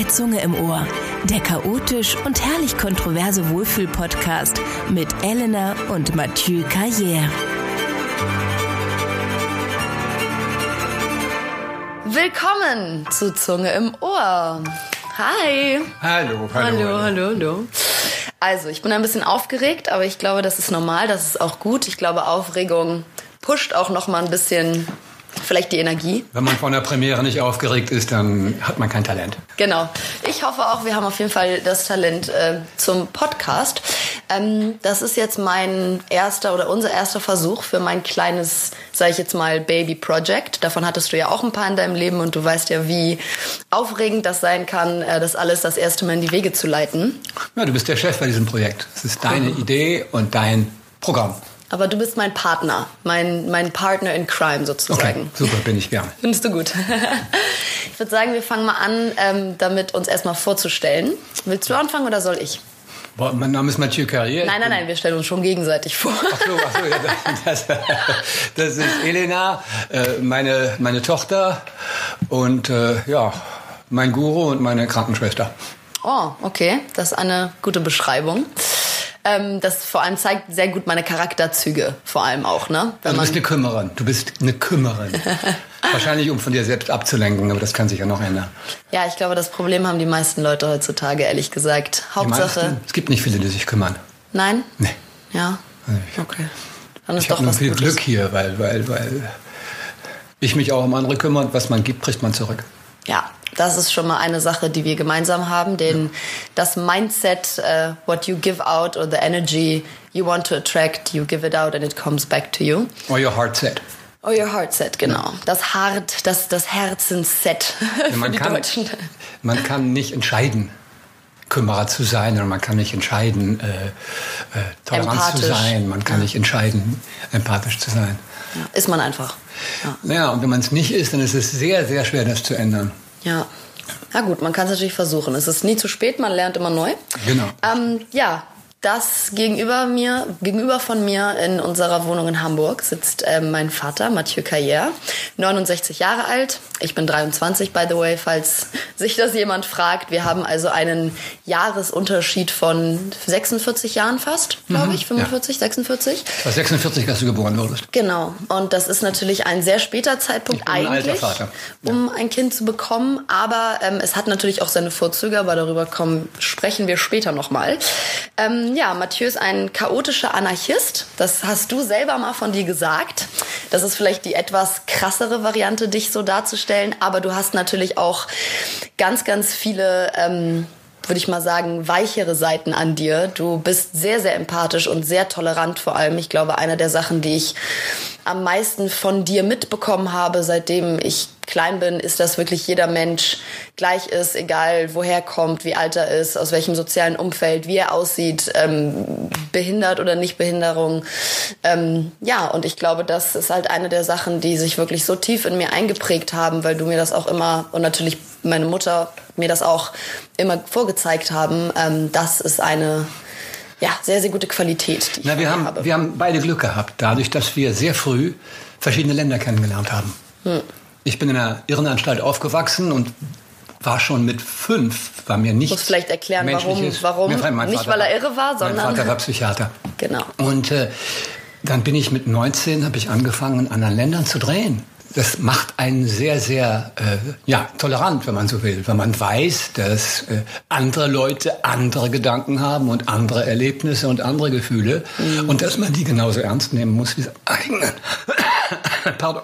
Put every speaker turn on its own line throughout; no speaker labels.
Zunge im Ohr, der chaotisch und herrlich kontroverse Wohlfühl-Podcast mit Elena und Mathieu Carrière.
Willkommen zu Zunge im Ohr. Hi.
Hallo.
Also, ich bin ein bisschen aufgeregt, aber ich glaube, das ist normal, das ist auch gut. Ich glaube, Aufregung pusht auch noch mal ein bisschen vielleicht die Energie.
Wenn man von der Premiere nicht aufgeregt ist, dann hat man kein Talent.
Genau. Ich hoffe auch, wir haben auf jeden Fall das Talent zum Podcast. Das ist jetzt unser erster Versuch für mein kleines, sage ich jetzt mal, Baby-Project. Davon hattest du ja auch ein paar in deinem Leben und du weißt ja, wie aufregend das sein kann, das alles das erste Mal in die Wege zu leiten.
Ja, du bist der Chef bei diesem Projekt. Es ist deine Idee und dein Programm.
Aber du bist mein Partner, mein Partner in Crime sozusagen.
Okay, super, bin ich gern.
Findest du gut. Ich würde sagen, wir fangen mal an, damit uns erstmal vorzustellen. Willst du anfangen oder soll ich?
Boah, mein Name ist Mathieu Carrière.
Nein, wir stellen uns schon gegenseitig vor.
Ach so, ja, das ist Elena, meine Tochter und mein Guru und meine Krankenschwester.
Oh, okay, das ist eine gute Beschreibung. Das vor allem zeigt sehr gut meine Charakterzüge, vor allem auch, ne?
Du bist eine Kümmerin. Wahrscheinlich, um von dir selbst abzulenken, aber das kann sich ja noch ändern.
Ja, ich glaube, das Problem haben die meisten Leute heutzutage, ehrlich gesagt. Hauptsache...
Es gibt nicht viele, die sich kümmern.
Nein?
Nee.
Ja? Okay. Dann ist
ich habe nur viel
Gutes.
Glück hier, weil ich mich auch um andere kümmere und was man gibt, kriegt man zurück.
Ja, das ist schon mal eine Sache, die wir gemeinsam haben, denn das Mindset, what you give out or the energy you want to attract, you give it out and it comes back to you.
Or your heart set.
Or your heart set, genau. Ja. Das Herzensset für die Deutschen.
Man kann nicht entscheiden, Kümmerer zu sein, oder man kann nicht entscheiden, tolerant zu sein, man kann nicht entscheiden, empathisch zu sein.
Ja, ist man einfach.
Ja, und wenn man es nicht ist, dann ist es sehr, sehr schwer, das zu ändern.
Ja. Ja gut, man kann es natürlich versuchen. Es ist nie zu spät, man lernt immer neu.
Genau.
Das gegenüber von mir in unserer Wohnung in Hamburg sitzt mein Vater, Mathieu Carrière, 69 Jahre alt. Ich bin 23, by the way, falls sich das jemand fragt. Wir haben also einen Jahresunterschied von 46 Jahren fast, glaube ich, 45, ja. 46.
Das war 46, als du geboren wurdest.
Genau. Und das ist natürlich ein sehr später Zeitpunkt eigentlich, um ein Kind zu bekommen. Aber es hat natürlich auch seine Vorzüge, aber darüber sprechen wir später nochmal. Mathieu ist ein chaotischer Anarchist. Das hast du selber mal von dir gesagt. Das ist vielleicht die etwas krassere Variante, dich so darzustellen. Aber du hast natürlich auch ganz, ganz viele, würde ich mal sagen, weichere Seiten an dir. Du bist sehr, sehr empathisch und sehr tolerant vor allem. Ich glaube, eine der Sachen, die ich am meisten von dir mitbekommen habe, seitdem ich klein bin, ist, dass wirklich jeder Mensch gleich ist, egal woher er kommt, wie alt er ist, aus welchem sozialen Umfeld, wie er aussieht, behindert oder nicht Behinderung. Und ich glaube, das ist halt eine der Sachen, die sich wirklich so tief in mir eingeprägt haben, weil du mir das auch immer und natürlich meine Mutter mir das auch immer vorgezeigt haben. Das ist eine sehr, sehr gute Qualität, die ich habe.
Wir haben beide Glück gehabt, dadurch, dass wir sehr früh verschiedene Länder kennengelernt haben. Ich bin in einer Irrenanstalt aufgewachsen und war schon mit 5, war mir nicht.
Du musst vielleicht erklären, warum nicht, weil er irre war, sondern...
Mein Vater war Psychiater.
Genau.
Und dann bin ich mit 19, habe ich angefangen, in anderen Ländern zu drehen. Das macht einen sehr, sehr tolerant, wenn man so will. Wenn man weiß, dass andere Leute andere Gedanken haben und andere Erlebnisse und andere Gefühle. Und dass man die genauso ernst nehmen muss wie seine eigenen. Pardon.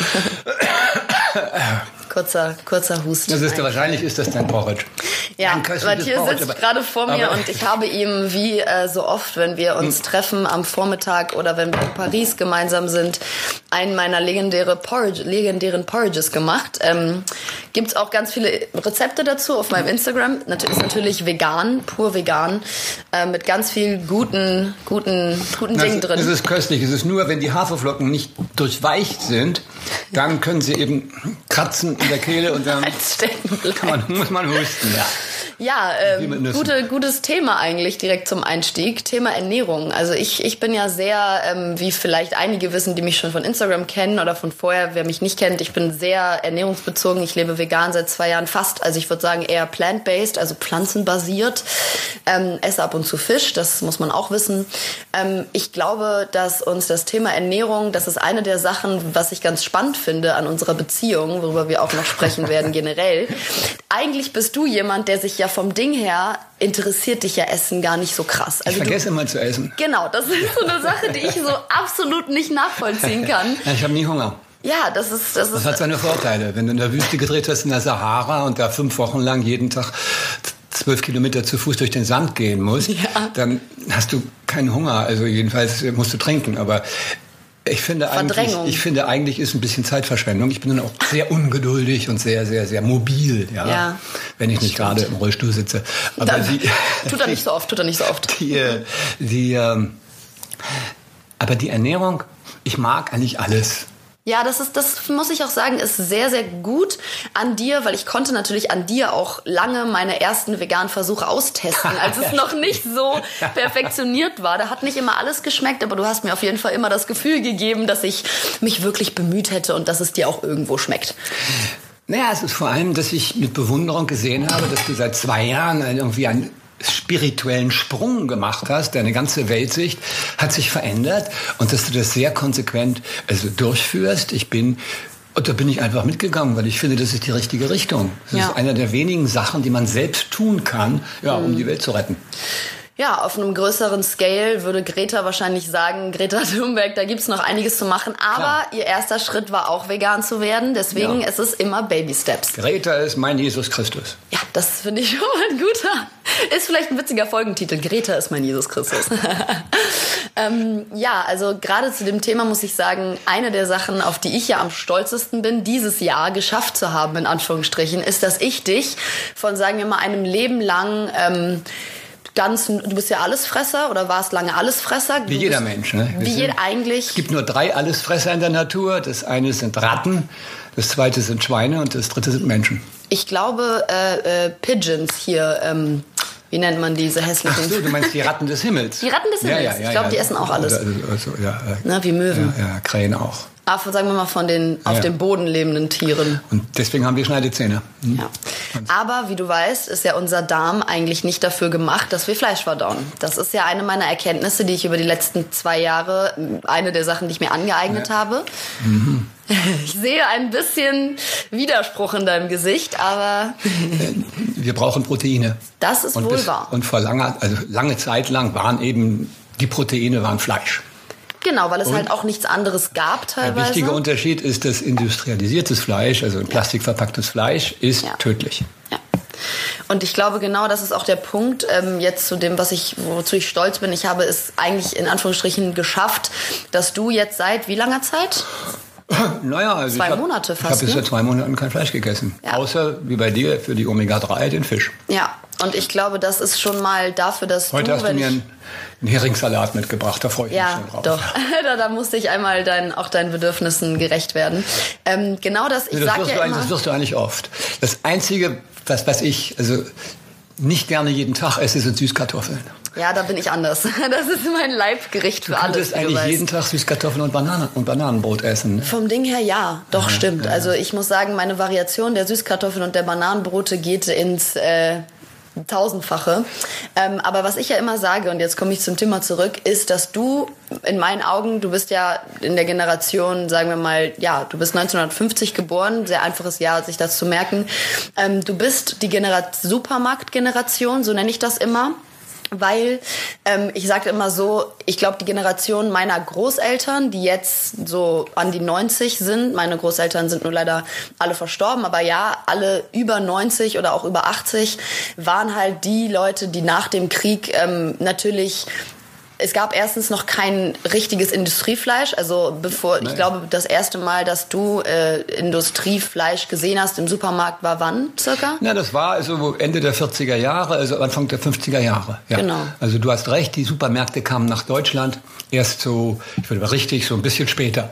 Kurzer Husten.
Wahrscheinlich ist das dein Porridge.
Ja, Mathieu sitzt gerade vor mir und ich habe ihm, wie so oft, wenn wir uns treffen am Vormittag oder wenn wir in Paris gemeinsam sind, einen meiner legendären Porridges gemacht. Gibt's auch ganz viele Rezepte dazu auf meinem Instagram. Ist natürlich vegan, pur vegan, mit ganz viel guten Dingen drin.
Es ist köstlich. Es ist nur, wenn die Haferflocken nicht durchweicht sind, dann können sie eben kratzen in der Kehle und dann muss man husten.
Ja, gutes Thema eigentlich direkt zum Einstieg. Thema Ernährung. Also ich bin ja sehr, wie vielleicht einige wissen, die mich schon von Instagram kennen oder von vorher, wer mich nicht kennt, ich bin sehr ernährungsbezogen. Ich lebe vegan seit 2 Jahren fast. Also ich würde sagen eher plant-based, also pflanzenbasiert. Esse ab und zu Fisch, das muss man auch wissen. Ich glaube, dass uns das Thema Ernährung, das ist eine der Sachen, was ich ganz spannend finde an unserer Beziehung, worüber wir auch noch sprechen werden generell. Eigentlich bist du jemand, der sich ja vom Ding her interessiert dich ja Essen gar nicht so krass.
Also ich vergesse immer zu essen.
Genau, das ist so eine Sache, die ich so absolut nicht nachvollziehen kann.
Ja, ich habe nie Hunger.
Ja, das
hat seine Vorteile. Wenn du in der Wüste gedreht hast in der Sahara und da 5 Wochen lang jeden Tag 12 Kilometer zu Fuß durch den Sand gehen musst, dann hast du keinen Hunger. Also jedenfalls musst du trinken. Aber ich finde eigentlich ist ein bisschen Zeitverschwendung. Ich bin dann auch sehr ungeduldig und sehr, sehr, sehr mobil, wenn ich nicht gerade im Rollstuhl sitze. Aber
tut er nicht so oft.
Aber die Ernährung, ich mag eigentlich alles.
Ja, das muss ich auch sagen, ist sehr, sehr gut an dir, weil ich konnte natürlich an dir auch lange meine ersten veganen Versuche austesten, als es noch nicht so perfektioniert war. Da hat nicht immer alles geschmeckt, aber du hast mir auf jeden Fall immer das Gefühl gegeben, dass ich mich wirklich bemüht hätte und dass es dir auch irgendwo schmeckt.
Naja, es ist vor allem, dass ich mit Bewunderung gesehen habe, dass du seit 2 Jahren irgendwie einen spirituellen Sprung gemacht hast, deine ganze Weltsicht hat sich verändert und dass du das sehr konsequent durchführst. Da bin ich einfach mitgegangen, weil ich finde, das ist die richtige Richtung. Das ist einer der wenigen Sachen, die man selbst tun kann, um die Welt zu retten.
Ja, auf einem größeren Scale würde Greta wahrscheinlich sagen, Greta Thunberg, da gibt's noch einiges zu machen. Aber ihr erster Schritt war auch vegan zu werden. Deswegen ist es immer Baby Steps.
Greta ist mein Jesus Christus.
Ja, das finde ich schon mal ein guter. Ist vielleicht ein witziger Folgentitel. Greta ist mein Jesus Christus. Also gerade zu dem Thema muss ich sagen, eine der Sachen, auf die ich ja am stolzesten bin, dieses Jahr geschafft zu haben, in Anführungsstrichen, ist, dass ich dich von, sagen wir mal, einem Leben lang... du bist ja Allesfresser oder warst lange Allesfresser.
Wie jeder Mensch, ne?
Eigentlich.
Es gibt nur 3 Allesfresser in der Natur. Das eine sind Ratten, das zweite sind Schweine und das dritte sind Menschen.
Ich glaube, Pigeons hier, wie nennt man diese hässlichen...
Ach so, du meinst die Ratten des Himmels.
Die Ratten des Himmels, ja, ich glaube, die essen auch alles. Wie Möwen.
Ja, Krähen auch.
Aber sagen wir mal von den auf dem Boden lebenden Tieren.
Und deswegen haben wir Schneidezähne.
Ja. Aber wie du weißt, ist ja unser Darm eigentlich nicht dafür gemacht, dass wir Fleisch verdauen. Das ist ja eine meiner Erkenntnisse, die ich über die letzten 2 Jahre, eine der Sachen, die ich mir angeeignet habe. Mhm. Ich sehe ein bisschen Widerspruch in deinem Gesicht, aber...
Wir brauchen Proteine.
Das ist wohl wahr.
Und lange Zeit lang waren eben die Proteine Fleisch.
Genau, weil es halt auch nichts anderes gab teilweise.
Der wichtige Unterschied ist, dass industrialisiertes Fleisch, also in Plastik verpacktes Fleisch, ist tödlich.
Ja. Und ich glaube, genau das ist auch der Punkt, jetzt zu dem, wozu ich stolz bin. Ich habe es eigentlich in Anführungsstrichen geschafft, dass du jetzt seit wie langer Zeit?
Naja, also
2 Monate fast.
Ich habe bis seit 2 Monaten kein Fleisch gegessen. Ja. Außer, wie bei dir, für die Omega-3 den Fisch.
Ja, und ich glaube, das ist schon mal dafür, dass
Heute hast du mir einen Heringssalat mitgebracht, da freue ich mich schon drauf.
Doch. Da musste ich einmal deinen Bedürfnissen gerecht werden. Genau das, ich sage ja immer...
Das wirst du eigentlich oft. Das Einzige, was ich nicht gerne jeden Tag esse, sind Süßkartoffeln.
Ja, da bin ich anders. Das ist mein Leibgericht für alles.
Du könntest eigentlich jeden Tag Süßkartoffeln und Bananenbrot essen. Ne?
Vom Ding her ja, doch stimmt. Ja. Also ich muss sagen, meine Variation der Süßkartoffeln und der Bananenbrote geht ins 1000-fache. Aber was ich ja immer sage, und jetzt komme ich zum Thema zurück, ist, dass du in meinen Augen, du bist ja in der Generation, sagen wir mal, du bist 1950 geboren, sehr einfaches Jahr, sich das zu merken. Du bist die Supermarktgeneration, so nenne ich das immer. Weil, ich sage immer so, ich glaube, die Generation meiner Großeltern, die jetzt so an die 90 sind, meine Großeltern sind nur leider alle verstorben, aber ja, alle über 90 oder auch über 80 waren halt die Leute, die nach dem Krieg natürlich... Es gab erstens noch kein richtiges Industriefleisch. Also ich glaube, das erste Mal, dass du Industriefleisch gesehen hast im Supermarkt, war wann circa?
Ja, das war also Ende der 40er Jahre, also Anfang der 50er Jahre. Ja.
Genau.
Also du hast recht, die Supermärkte kamen nach Deutschland erst so, ich würde mal richtig, so ein bisschen später.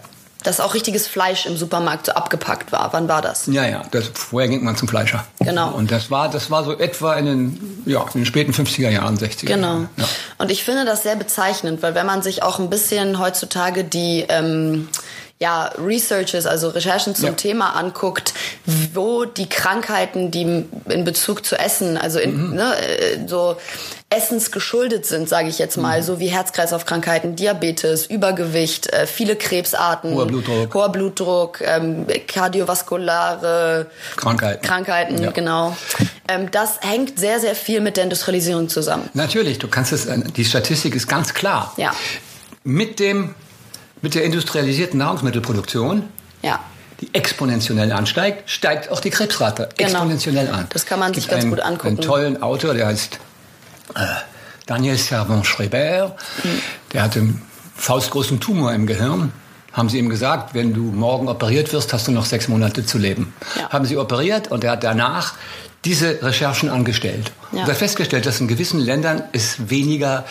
dass auch richtiges Fleisch im Supermarkt so abgepackt war. Wann war das?
Ja. Vorher ging man zum Fleischer.
Genau.
Und das war so etwa in den späten 50er Jahren, 60er
Genau.
Jahren. Ja.
Und ich finde das sehr bezeichnend, weil wenn man sich auch ein bisschen heutzutage die Researches, also Recherchen zum Thema anguckt, wo die Krankheiten, die in Bezug zu Essen, also so essensgeschuldet sind, sage ich jetzt mal, so wie Herz-Kreislauf-Krankheiten, Diabetes, Übergewicht, viele Krebsarten, hoher Blutdruck, kardiovaskulare Krankheiten, genau. Das hängt sehr, sehr viel mit der Industrialisierung zusammen.
Natürlich, die Statistik ist ganz klar.
Ja.
Mit der industrialisierten Nahrungsmittelproduktion, die exponentiell ansteigt, steigt auch die Krebsrate exponentiell an.
Das kann man sich ganz gut angucken.
Einen tollen Autor, der heißt Daniel Servan-Schreiber, der hat einen faustgroßen Tumor im Gehirn. Haben sie ihm gesagt, wenn du morgen operiert wirst, hast du noch 6 Monate zu leben. Ja. Haben sie operiert und er hat danach diese Recherchen angestellt. Ja. Und er hat festgestellt, dass in gewissen Ländern es weniger,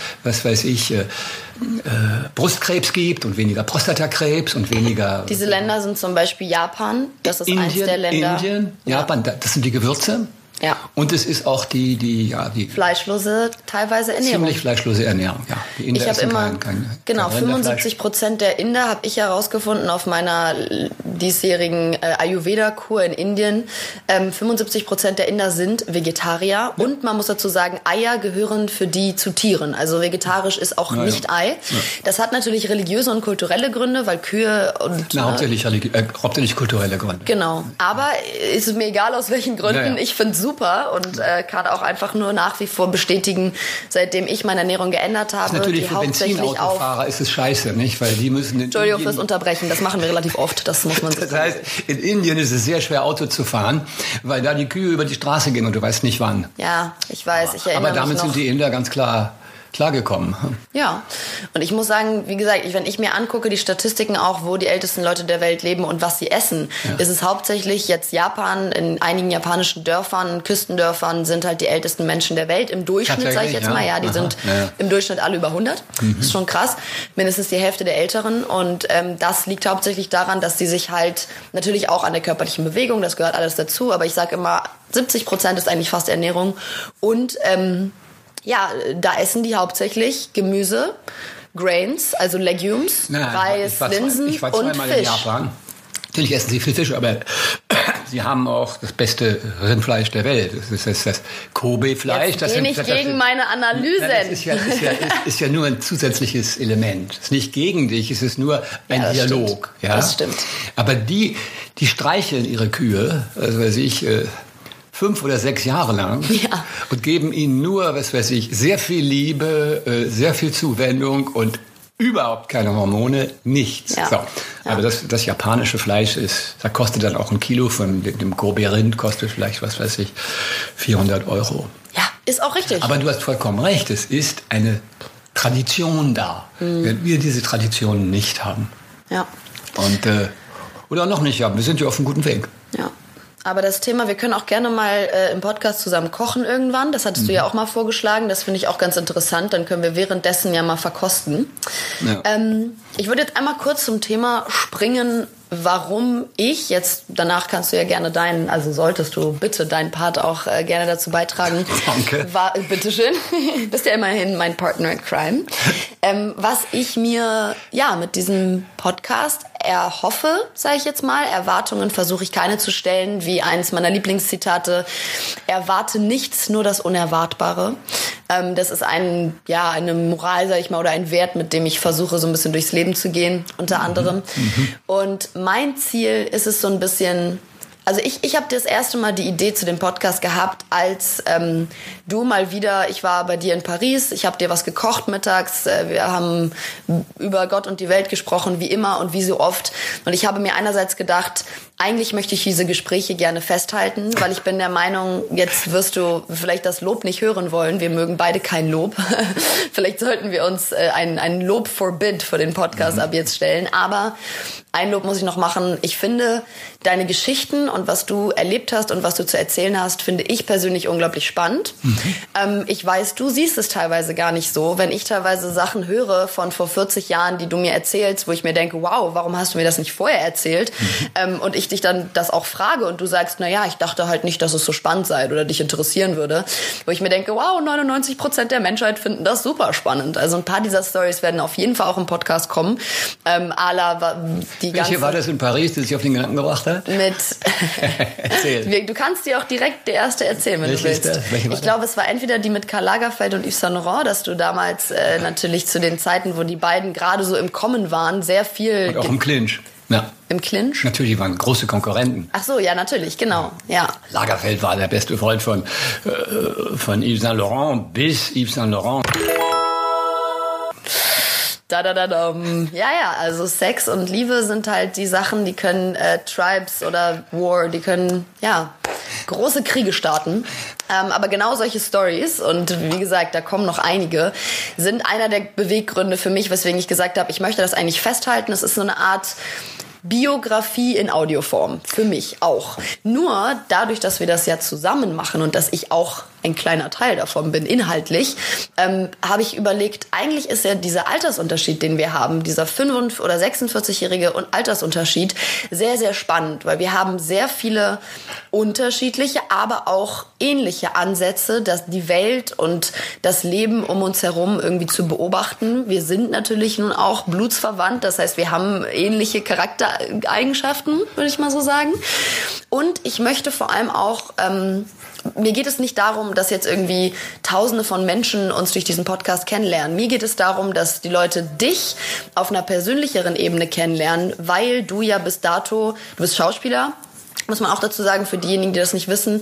Brustkrebs gibt und weniger Prostatakrebs und weniger...
Diese Länder sind zum Beispiel Japan, das ist eins der Länder.
Indien, Japan, das sind die Gewürze.
Ja.
Und es ist auch die
fleischlose teilweise Ernährung.
Ziemlich fleischlose Ernährung, ja. Die Inder essen kein 75%
der Inder habe ich herausgefunden auf meiner diesjährigen Ayurveda-Kur in Indien. 75% der Inder sind Vegetarier und man muss dazu sagen, Eier gehören für die zu Tieren. Also vegetarisch ist auch nicht Ei. Ja. Das hat natürlich religiöse und kulturelle Gründe, weil Kühe und...
hauptsächlich kulturelle Gründe.
Genau. Aber ist es mir egal, aus welchen Gründen. Ich finde es super und kann auch einfach nur nach wie vor bestätigen, seitdem ich meine Ernährung geändert habe.
Das ist natürlich für Benzinautofahrer ist es scheiße, nicht? Weil die müssen
Entschuldigung fürs Unterbrechen, das machen wir relativ oft, das muss man sagen.
Das heißt, in Indien ist es sehr schwer, Auto zu fahren, weil da die Kühe über die Straße gehen und du weißt nicht wann.
Ja, ich weiß, ich erinnere mich noch.
Aber damit sind die Inder ganz klargekommen.
Ja, und ich muss sagen, wie gesagt, wenn ich mir angucke, die Statistiken auch, wo die ältesten Leute der Welt leben und was sie essen, ist es hauptsächlich jetzt Japan. In einigen japanischen Dörfern, Küstendörfern sind halt die ältesten Menschen der Welt. Im Durchschnitt, sage ich jetzt mal, die sind im Durchschnitt alle über 100. Das ist schon krass. Mindestens die Hälfte der Älteren. Und das liegt hauptsächlich daran, dass sie sich halt natürlich auch an der körperlichen Bewegung, das gehört alles dazu, aber ich sage immer, 70% ist eigentlich fast Ernährung. Und da essen die hauptsächlich Gemüse, Grains, also Legumes, Reis, Linsen
ich war
und
zweimal
Fisch.
in Japan. Natürlich essen sie viel Fisch, aber sie haben auch das beste Rindfleisch der Welt. Das ist das Kobe-Fleisch.
Jetzt geh nicht gegen meine Analysen.
Das ist ja nur ein zusätzliches Element. Es ist nicht gegen dich, es ist nur ein Dialog.
Stimmt. Ja? Das stimmt.
Aber die streicheln ihre Kühe, also 5 oder 6 Jahre lang und geben ihnen nur, sehr viel Liebe, sehr viel Zuwendung und überhaupt keine Hormone, nichts. Ja. So. Aber das japanische Fleisch da kostet dann auch ein Kilo von dem Kobe-Rind, kostet vielleicht, 400 €.
Ja, ist auch richtig.
Aber du hast vollkommen recht, es ist eine Tradition da. Wenn wir diese Tradition nicht haben.
Ja.
Oder noch nicht haben, wir sind ja auf einem guten Weg.
Ja. Aber das Thema, wir können auch gerne mal im Podcast zusammen kochen irgendwann. Das hattest du ja auch mal vorgeschlagen. Das finde ich auch ganz interessant. Dann können wir währenddessen ja mal verkosten. Ja. Ich würde jetzt einmal kurz zum Thema springen, warum danach kannst du ja gerne solltest du bitte deinen Part auch gerne dazu beitragen.
Danke.
Bitteschön. Bist ja immerhin mein Partner in Crime. Was ich mir, mit diesem Podcast erhoffe, sage ich jetzt mal. Erwartungen versuche ich keine zu stellen, wie eines meiner Lieblingszitate. Erwarte nichts, nur das Unerwartbare. Das ist eine Moral, sage ich mal, oder ein Wert, mit dem ich versuche, so ein bisschen durchs Leben zu gehen, unter anderem. Und mein Ziel ist es so ein bisschen... Also ich habe das erste Mal die Idee zu dem Podcast gehabt, als du mal wieder, ich war bei dir in Paris, ich habe dir was gekocht mittags, wir haben über Gott und die Welt gesprochen, wie immer und wie so oft. Und ich habe mir einerseits gedacht, eigentlich möchte ich diese Gespräche gerne festhalten, weil ich bin der Meinung, jetzt wirst du vielleicht das Lob nicht hören wollen. Wir mögen beide kein Lob. Vielleicht sollten wir uns ein Lob-Forbid für den Podcast ab jetzt stellen. Aber ein Lob muss ich noch machen. Ich finde deine Geschichten und was du erlebt hast und was du zu erzählen hast, finde ich persönlich unglaublich spannend. Ich weiß, du siehst es teilweise gar nicht so. Wenn ich teilweise Sachen höre von vor 40 Jahren, die du mir erzählst, wo ich mir denke, wow, warum hast du mir das nicht vorher erzählt? Und ich dich dann das auch frage und du sagst, naja, ich dachte halt nicht, dass es so spannend sei oder dich interessieren würde. Wo ich mir denke, wow, 99% der Menschheit finden das super spannend. Also ein paar dieser Stories werden auf jeden Fall auch im Podcast kommen.
Welche war das in Paris, die sich auf den Gedanken gebracht hat?
Erzähl. Du kannst dir auch direkt die erste erzählen, wenn du willst. Ich glaube, es war entweder die mit Karl Lagerfeld und Yves Saint Laurent, dass du damals natürlich zu den Zeiten, wo die beiden gerade so im Kommen waren, sehr viel...
Und auch im Clinch. Ja.
Im Clinch?
Natürlich, die waren große Konkurrenten.
Ach so, ja, natürlich, genau. Ja.
Lagerfeld war der beste Freund von Yves Saint Laurent bis Yves Saint Laurent.
Ja, also Sex und Liebe sind halt die Sachen, die können Tribes oder War, die können, große Kriege starten. Aber genau solche Stories, und wie gesagt, da kommen noch einige, sind einer der Beweggründe für mich, weswegen ich gesagt habe, ich möchte das eigentlich festhalten. Es ist so eine Art Biografie in Audioform, für mich auch. Nur dadurch, dass wir das ja zusammen machen und dass ich auch ein kleiner Teil davon bin, inhaltlich, habe ich überlegt, eigentlich ist ja dieser Altersunterschied, den wir haben, dieser 45- oder 46-jährige Altersunterschied, sehr, sehr spannend, weil wir haben sehr viele unterschiedliche, aber auch ähnliche Ansätze, dass die Welt und das Leben um uns herum irgendwie zu beobachten. Wir sind natürlich nun auch blutsverwandt, das heißt, wir haben ähnliche Charaktereigenschaften, würde ich mal so sagen. Und ich möchte vor allem auch... mir geht es nicht darum, dass jetzt irgendwie Tausende von Menschen uns durch diesen Podcast kennenlernen. Mir geht es darum, dass die Leute dich auf einer persönlicheren Ebene kennenlernen, weil du ja bis dato, du bist Schauspieler, muss man auch dazu sagen, für diejenigen, die das nicht wissen,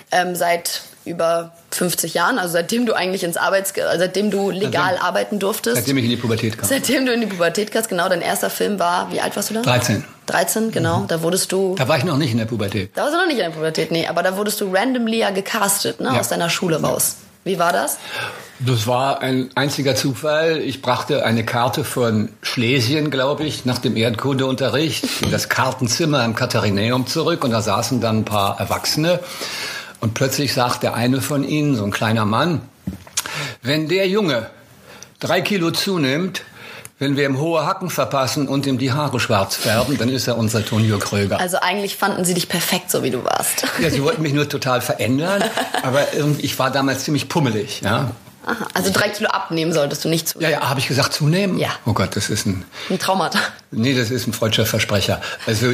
seit über 50 Jahren, also seitdem du eigentlich seitdem du legal arbeiten durftest.
Seitdem ich in die Pubertät kam.
Seitdem du in die Pubertät kamst, genau. Dein erster Film war, wie alt warst du da? 13, genau. Da wurdest du...
Da war ich noch nicht in der Pubertät.
Da warst du noch nicht in der Pubertät, nee. Aber da wurdest du randomly gecastet, ne? Ja. Aus deiner Schule raus. Wie war das?
Das war ein einziger Zufall. Ich brachte eine Karte von Schlesien, glaube ich, nach dem Erdkundeunterricht in das Kartenzimmer im Katharineum zurück. Und da saßen dann ein paar Erwachsene. Und plötzlich sagt der eine von ihnen, so ein kleiner Mann, wenn der Junge 3 Kilo zunimmt, wenn wir ihm hohe Hacken verpassen und ihm die Haare schwarz färben, dann ist er unser Tonio Kröger.
Also eigentlich fanden sie dich perfekt, so wie du warst.
Ja, sie wollten mich nur total verändern, aber ich war damals ziemlich pummelig, ja.
Aha, also 3 Kilo abnehmen solltest du nicht zunehmen.
Ja, habe ich gesagt zunehmen?
Ja.
Oh Gott, das ist ein
Traumata.
Nee, das ist ein freudscher Versprecher. Also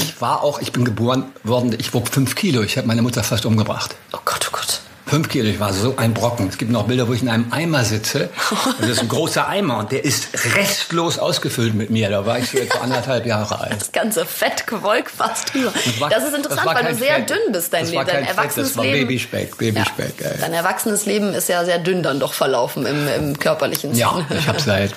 ich bin geboren worden, ich wog 5 Kilo. Ich habe meine Mutter fast umgebracht.
Oh Gott, oh Gott.
5 Kilo, ich war so ein Brocken. Es gibt noch Bilder, wo ich in einem Eimer sitze. Und das ist ein großer Eimer und der ist restlos ausgefüllt mit mir. Da war ich so etwa 1,5 Jahre alt.
Das ganze Fettgewolk fast drüber. Das ist interessant, weil du sehr dünn bist, dein Leben. Dein erwachsenes
das war
Leben.
Babyspeck.
Ja. Dein erwachsenes Leben ist ja sehr dünn dann doch verlaufen im körperlichen Sinn.
Ja, ich habe seit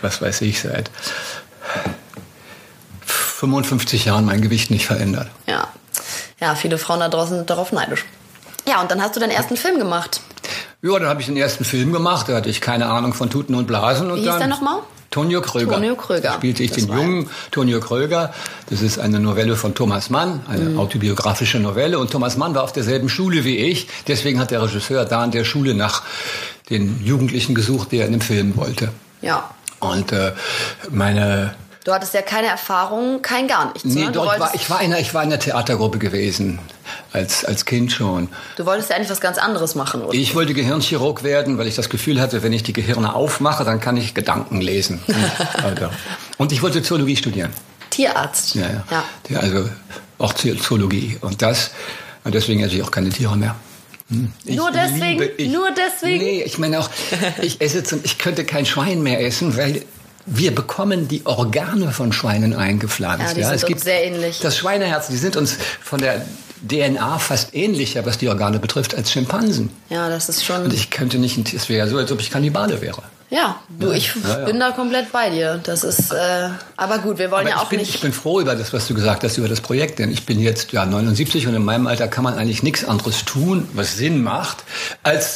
55 Jahren mein Gewicht nicht verändert.
Ja, viele Frauen da draußen sind darauf neidisch. Ja, und dann hast du deinen ersten Film gemacht.
Ja, dann habe ich den ersten Film gemacht. Da hatte ich keine Ahnung von Tuten und Blasen. Und
wie hieß der nochmal?
Tonio Kröger.
Tonio Kröger.
Da spielte ich den jungen Tonio Kröger. Das ist eine Novelle von Thomas Mann, eine autobiografische Novelle. Und Thomas Mann war auf derselben Schule wie ich. Deswegen hat der Regisseur da an der Schule nach den Jugendlichen gesucht, der in dem Film wollte.
Ja.
Und
Du hattest ja keine Erfahrung, kein gar nichts.
Nee,
ne?
Ich war in einer Theatergruppe gewesen, als Kind schon.
Du wolltest ja eigentlich was ganz anderes machen, oder?
Ich wollte Gehirnchirurg werden, weil ich das Gefühl hatte, wenn ich die Gehirne aufmache, dann kann ich Gedanken lesen. Und ich wollte Zoologie studieren.
Tierarzt?
Ja. Also auch Zoologie. Und deswegen esse ich auch keine Tiere mehr.
Nur deswegen?
Nee, ich meine auch, ich könnte kein Schwein mehr essen, weil... Wir bekommen die Organe von Schweinen eingepflanzt.
Ja, die sind uns sehr ähnlich.
Das Schweineherz, die sind uns von der DNA fast ähnlicher, was die Organe betrifft, als Schimpansen.
Ja, das ist schon...
Und ich könnte nicht, es wäre ja so, als ob ich Kannibale wäre.
Ja, ich bin da komplett bei dir. Das ist, aber gut, wir wollen nicht...
Ich bin froh über das, was du gesagt hast, über das Projekt, denn ich bin jetzt 79 und in meinem Alter kann man eigentlich nichts anderes tun, was Sinn macht, als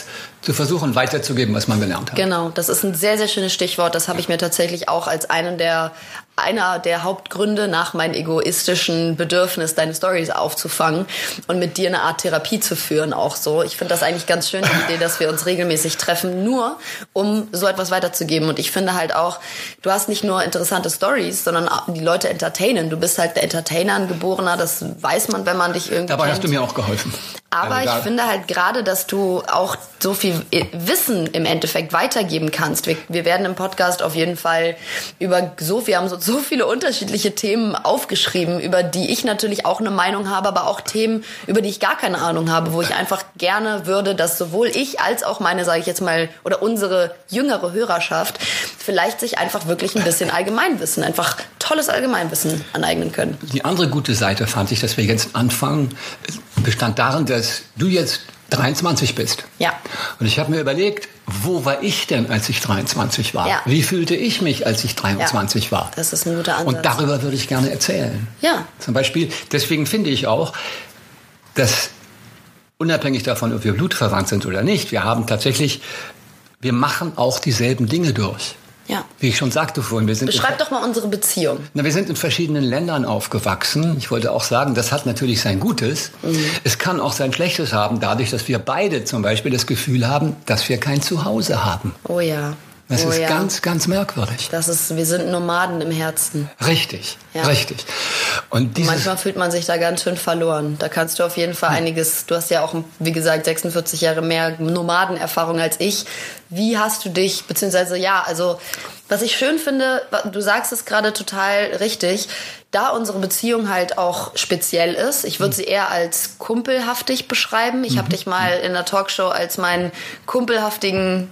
zu versuchen, weiterzugeben, was man gelernt hat.
Genau, das ist ein sehr, sehr schönes Stichwort. Das habe ich mir tatsächlich auch als einer der Hauptgründe nach meinem egoistischen Bedürfnis, deine Storys aufzufangen und mit dir eine Art Therapie zu führen auch so. Ich finde das eigentlich ganz schön, die Idee, dass wir uns regelmäßig treffen, nur um so etwas weiterzugeben. Und ich finde halt auch, du hast nicht nur interessante Stories, sondern die Leute entertainen. Du bist halt der Entertainer, ein Geborener, das weiß man, wenn man dich irgendwie
Dabei
kennt.
Hast du mir auch geholfen.
Aber also ich finde halt gerade, dass du auch so viel Wissen im Endeffekt weitergeben kannst. Wir werden im Podcast auf jeden Fall wir haben so viele unterschiedliche Themen aufgeschrieben, über die ich natürlich auch eine Meinung habe, aber auch Themen, über die ich gar keine Ahnung habe, wo ich einfach gerne würde, dass sowohl ich als auch meine, sage ich jetzt mal, oder unsere jüngere Hörerschaft vielleicht sich einfach wirklich ein bisschen Allgemeinwissen, einfach tolles Allgemeinwissen aneignen können.
Die andere gute Seite fand ich, dass wir jetzt anfangen, bestand darin, dass du jetzt 23 bist.
Ja.
Und ich habe mir überlegt, wo war ich denn, als ich 23 war? Ja. Wie fühlte ich mich, als ich 23 war?
Das ist ein guter Ansatz.
Und darüber würde ich gerne erzählen.
Ja.
Zum Beispiel, deswegen finde ich auch, dass unabhängig davon, ob wir blutverwandt sind oder nicht, wir machen auch dieselben Dinge durch.
Ja.
Wie ich schon sagte vorhin,
beschreib doch mal unsere Beziehung.
Wir sind in verschiedenen Ländern aufgewachsen. Ich wollte auch sagen, das hat natürlich sein Gutes. Mhm. Es kann auch sein Schlechtes haben, dadurch, dass wir beide zum Beispiel das Gefühl haben, dass wir kein Zuhause haben.
Oh ja.
Das ist ganz, ganz merkwürdig.
Wir sind Nomaden im Herzen.
Richtig, richtig. Und
manchmal fühlt man sich da ganz schön verloren. Da kannst du auf jeden Fall einiges, du hast ja auch, wie gesagt, 46 Jahre mehr Nomadenerfahrung als ich. Wie hast du dich, beziehungsweise was ich schön finde, du sagst es gerade total richtig, da unsere Beziehung halt auch speziell ist. Ich würde sie eher als kumpelhaftig beschreiben. Ich habe dich mal in der Talkshow als meinen kumpelhaftigen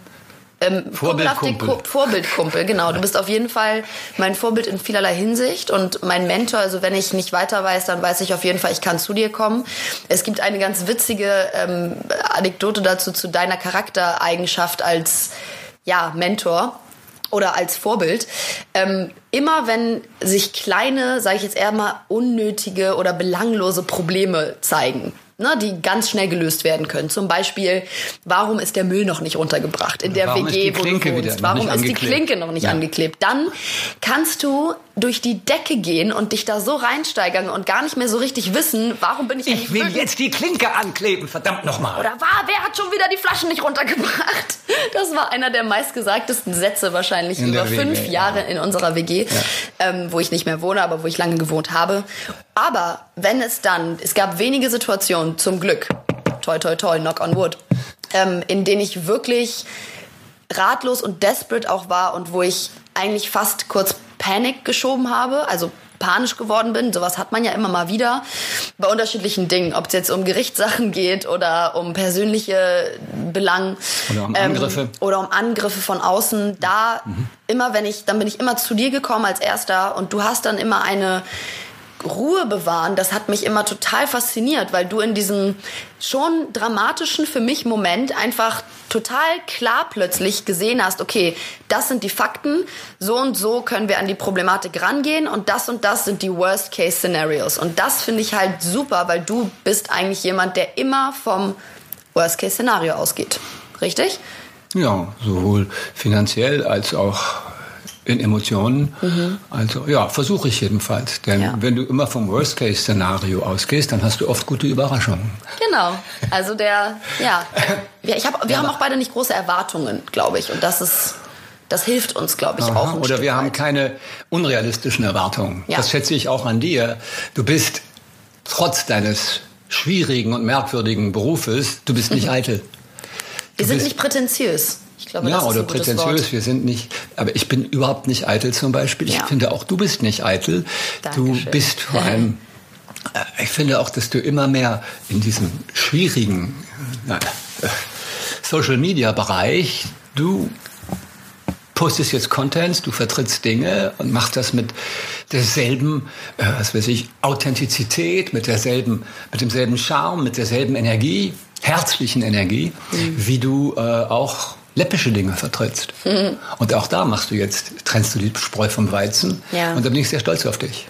Vorbildkumpel, genau. Du bist auf jeden Fall mein Vorbild in vielerlei Hinsicht und mein Mentor. Also wenn ich nicht weiter weiß, dann weiß ich auf jeden Fall, ich kann zu dir kommen. Es gibt eine ganz witzige Anekdote dazu zu deiner Charaktereigenschaft als Mentor oder als Vorbild. Immer wenn sich kleine, sage ich jetzt eher mal, unnötige oder belanglose Probleme zeigen, die ganz schnell gelöst werden können. Zum Beispiel, warum ist der Müll noch nicht runtergebracht in der WG, wo du wohnst? Warum ist die Klinke noch nicht angeklebt? Dann kannst du durch die Decke gehen und dich da so reinsteigern und gar nicht mehr so richtig wissen, warum bin ich eigentlich...
Ich will jetzt die Klinke ankleben, verdammt nochmal.
Oder wer hat schon wieder die Flaschen nicht runtergebracht? Das war einer der meistgesagtesten Sätze wahrscheinlich über 5 Jahre in unserer WG, wo ich nicht mehr wohne, aber wo ich lange gewohnt habe. Aber es gab wenige Situationen, zum Glück, toi toi toi, knock on wood, in denen ich wirklich ratlos und desperate auch war und wo ich eigentlich fast kurz Panik geschoben habe, also panisch geworden bin. Sowas hat man ja immer mal wieder bei unterschiedlichen Dingen, ob es jetzt um Gerichtssachen geht oder um persönliche Belange oder um Angriffe von außen. Dann bin ich immer zu dir gekommen als Erster und du hast dann immer eine Ruhe bewahren, das hat mich immer total fasziniert, weil du in diesem schon dramatischen für mich Moment einfach total klar plötzlich gesehen hast, okay, das sind die Fakten, so und so können wir an die Problematik rangehen und das sind die Worst-Case-Szenarios. Und das finde ich halt super, weil du bist eigentlich jemand, der immer vom Worst-Case-Szenario ausgeht. Richtig?
Ja, sowohl finanziell als auch in Emotionen. Also versuche ich jedenfalls. Denn wenn du immer vom Worst-Case-Szenario ausgehst, dann hast du oft gute Überraschungen.
Genau. Also wir haben auch beide nicht große Erwartungen, glaube ich. Und das hilft uns, glaube ich, auch.
Oder wir haben keine unrealistischen Erwartungen. Ja. Das schätze ich auch an dir. Du bist trotz deines schwierigen und merkwürdigen Berufes, du bist nicht eitel.
Wir sind nicht prätentiös. Ich glaube,
das ist oder prätentiös, wir sind nicht, aber ich bin überhaupt nicht eitel zum Beispiel. Ich finde auch, du bist nicht eitel. Dankeschön. Du bist vor allem, ich finde auch, dass du immer mehr in diesem schwierigen Social-Media-Bereich, du postest jetzt Contents, du vertrittst Dinge und machst das mit derselben, Authentizität, mit demselben Charme, mit derselben Energie, herzlichen Energie, wie du auch läppische Dinge vertrittst. Und auch da trennst du die Spreu vom Weizen. Ja. Und da bin ich sehr stolz auf dich.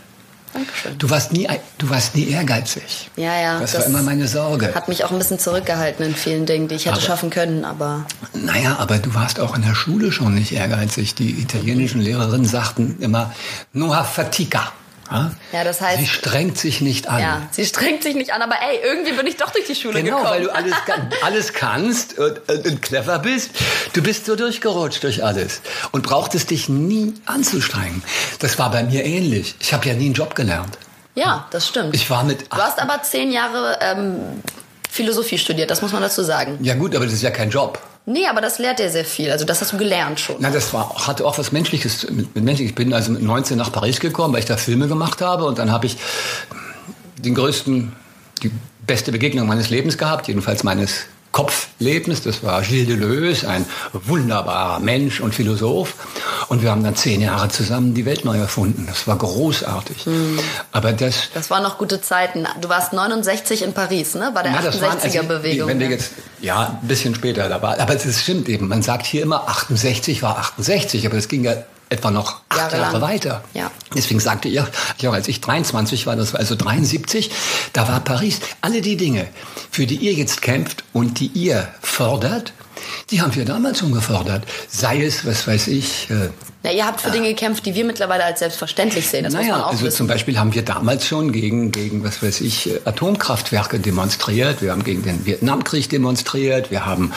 Dankeschön.
Du warst nie ehrgeizig.
Ja.
Das war immer meine Sorge.
Hat mich auch ein bisschen zurückgehalten in vielen Dingen, die ich hätte schaffen können, aber...
Naja, aber du warst auch in der Schule schon nicht ehrgeizig. Die italienischen Lehrerinnen sagten immer, no fatica.
Ja, das heißt...
Sie strengt sich nicht an.
Ja, sie strengt sich nicht an, aber irgendwie bin ich doch durch die Schule gekommen.
Genau, weil du alles kannst und clever bist. Du bist so durchgerutscht durch alles und brauchtest dich nie anzustrengen. Das war bei mir ähnlich. Ich habe ja nie einen Job gelernt.
Ja, das stimmt.
Ich war mit...
Du hast aber 10 Jahre Philosophie studiert, das muss man dazu sagen.
Ja gut, aber das ist ja kein Job.
Nee, aber das lehrt dir sehr viel. Also das hast du gelernt schon.
Na, das hatte auch was Menschliches. Ich bin also mit 19 nach Paris gekommen, weil ich da Filme gemacht habe. Und dann habe ich die beste Begegnung meines Lebens gehabt, jedenfalls meines Kopflebens. Das war Gilles Deleuze, ein wunderbarer Mensch und Philosoph. Und wir haben dann 10 Jahre zusammen die Welt neu erfunden. Das war großartig. Aber das
waren noch gute Zeiten. Du warst 69 in Paris, ne? War der 68er-Bewegung.
Wenn wir jetzt, ein bisschen später da war. Aber es stimmt eben. Man sagt hier immer, 68 war 68. Aber das ging ja etwa noch 8 Jahre weiter.
Ja.
Deswegen sagte ich auch, als ich 23 war, das war also 73, da war Paris. Alle die Dinge, für die ihr jetzt kämpft und die ihr fordert, die haben wir damals schon gefordert. Sei es, was weiß ich...
ihr habt für Dinge gekämpft, die wir mittlerweile als selbstverständlich sehen. Das muss man auch wissen.
Zum Beispiel haben wir damals schon gegen was weiß ich, Atomkraftwerke demonstriert. Wir haben gegen den Vietnamkrieg demonstriert. Wir haben,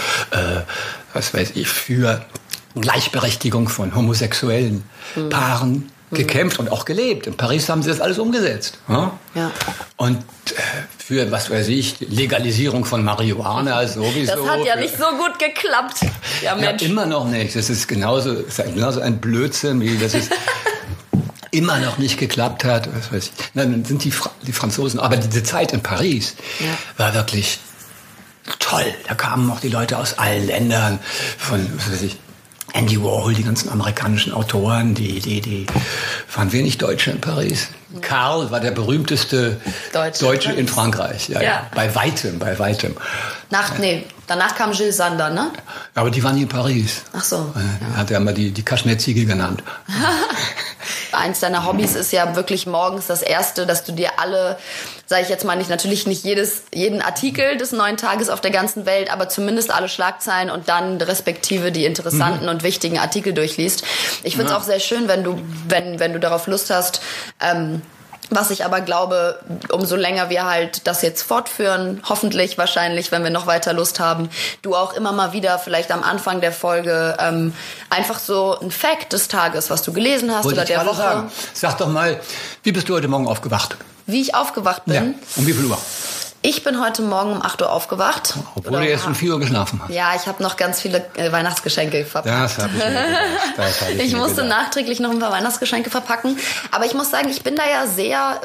für Gleichberechtigung von homosexuellen Paaren gekämpft und auch gelebt. In Paris haben sie das alles umgesetzt. Ja? Und für, was weiß ich, Legalisierung von Marihuana sowieso.
Das hat ja nicht so gut geklappt. Ja, Mensch.
Ja, immer noch nicht. Das ist genauso ein Blödsinn, wie das ist. Immer noch nicht geklappt hat. Was weiß ich. Dann sind die Franzosen. Aber diese Zeit in Paris war wirklich toll. Da kamen auch die Leute aus allen Ländern von, was weiß ich, Andy Warhol, die ganzen amerikanischen Autoren, die waren wir nicht Deutsche in Paris. Karl war der berühmteste Deutsche in Frankreich. Ja. Bei weitem.
Danach kam Gilles Sander, ne?
Ja, aber die waren nie in Paris.
Ach so.
Er hat ja immer die Kaschmirziege genannt.
Eins deiner Hobbys ist ja wirklich morgens das Erste, dass du dir alle, sage ich jetzt mal natürlich nicht jeden Artikel des neuen Tages auf der ganzen Welt, aber zumindest alle Schlagzeilen und dann respektive die interessanten und wichtigen Artikel durchliest. Ich finde es auch sehr schön, wenn du darauf Lust hast, was ich aber glaube, umso länger wir halt das jetzt fortführen, hoffentlich, wahrscheinlich, wenn wir noch weiter Lust haben, du auch immer mal wieder vielleicht am Anfang der Folge einfach so ein Fact des Tages, was du gelesen hast oder der Woche.
Sagen. Sag doch mal, wie bist du heute Morgen aufgewacht?
Wie ich aufgewacht bin?
Ja. Um wie viel Uhr?
Ich bin heute Morgen um 8 Uhr aufgewacht.
Obwohl du erst um 4 Uhr geschlafen hast.
Ja, ich habe noch ganz viele Weihnachtsgeschenke verpackt. Das habe ich mir gedacht. Ich musste nachträglich noch ein paar Weihnachtsgeschenke verpacken. Aber ich muss sagen, ich bin da ja sehr,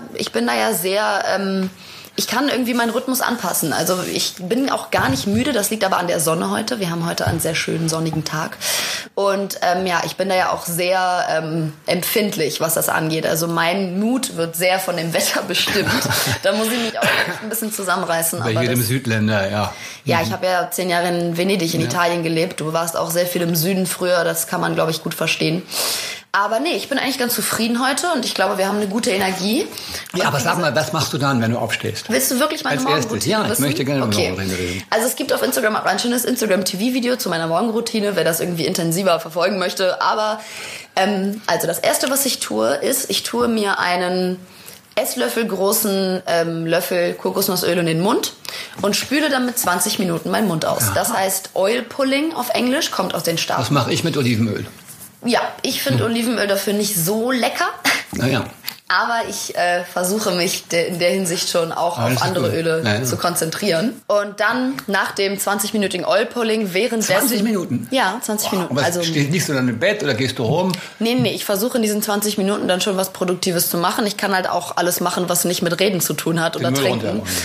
ich kann irgendwie meinen Rhythmus anpassen. Also ich bin auch gar nicht müde. Das liegt aber an der Sonne heute. Wir haben heute einen sehr schönen sonnigen Tag. Und ich bin da ja auch sehr empfindlich, was das angeht. Also mein Mut wird sehr von dem Wetter bestimmt. Da muss ich mich auch ein bisschen zusammenreißen.
Bei jedem Südländer, ja.
Ja, ich habe ja 10 Jahre in Venedig in Italien gelebt. Du warst auch sehr viel im Süden früher. Das kann man, glaube ich, gut verstehen. Aber nee, ich bin eigentlich ganz zufrieden heute und ich glaube, wir haben eine gute Energie.
Ja, aber sag mal, was machst du dann, wenn du aufstehst?
Willst du wirklich meine Morgenroutine wissen?
Ja, ich möchte gerne über Morgenroutine reden.
Also es gibt auf Instagram auch ein schönes Instagram-TV-Video zu meiner Morgenroutine, wer das irgendwie intensiver verfolgen möchte. Aber also das Erste, was ich tue, ist, ich tue mir einen Esslöffel großen Löffel Kokosnussöl in den Mund und spüle dann mit 20 Minuten meinen Mund aus. Aha. Das heißt Oil Pulling auf Englisch, kommt aus den Staaten.
Was mache ich mit Olivenöl?
Ja, ich finde Olivenöl dafür nicht so lecker.
Naja.
Aber ich versuche mich in der Hinsicht schon auch auf andere Öle zu konzentrieren. Und dann nach dem 20-minütigen Oil-Pulling währenddessen...
20 Minuten?
Ja, 20 Minuten.
Aber liegst du dann im Bett oder gehst du rum?
Nee, ich versuche in diesen 20 Minuten dann schon was Produktives zu machen. Ich kann halt auch alles machen, was nicht mit Reden zu tun hat oder trinken.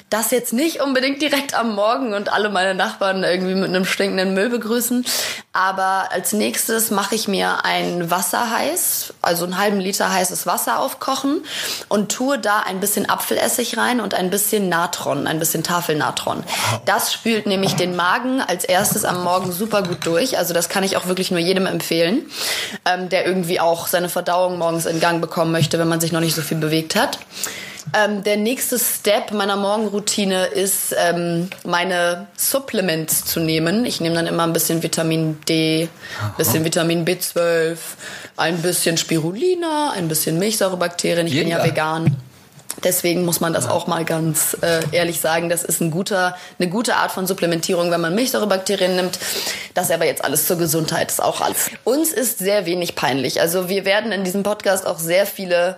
das jetzt nicht unbedingt direkt am Morgen und alle meine Nachbarn irgendwie mit einem stinkenden Müll begrüßen. Aber als nächstes mache ich mir ein Wasser heiß, also einen halben Liter heißes Wasser aufkochen und tue da ein bisschen Apfelessig rein und ein bisschen Natron, ein bisschen Tafelnatron. Das spült nämlich den Magen als erstes am Morgen super gut durch. Also das kann ich auch wirklich nur jedem empfehlen, der irgendwie auch seine Verdauung morgens in Gang bekommen möchte, wenn man sich noch nicht so viel bewegt hat. Der nächste Step meiner Morgenroutine ist, meine Supplements zu nehmen. Ich nehme dann immer ein bisschen Vitamin D, ein bisschen Vitamin B12, ein bisschen Spirulina, ein bisschen Milchsäurebakterien. Ich bin ja vegan. Deswegen muss man das auch mal ganz ehrlich sagen. Das ist eine gute Art von Supplementierung, wenn man Milchsäurebakterien nimmt. Das ist aber jetzt alles zur Gesundheit, ist auch alles. Uns ist sehr wenig peinlich. Also wir werden in diesem Podcast auch sehr viele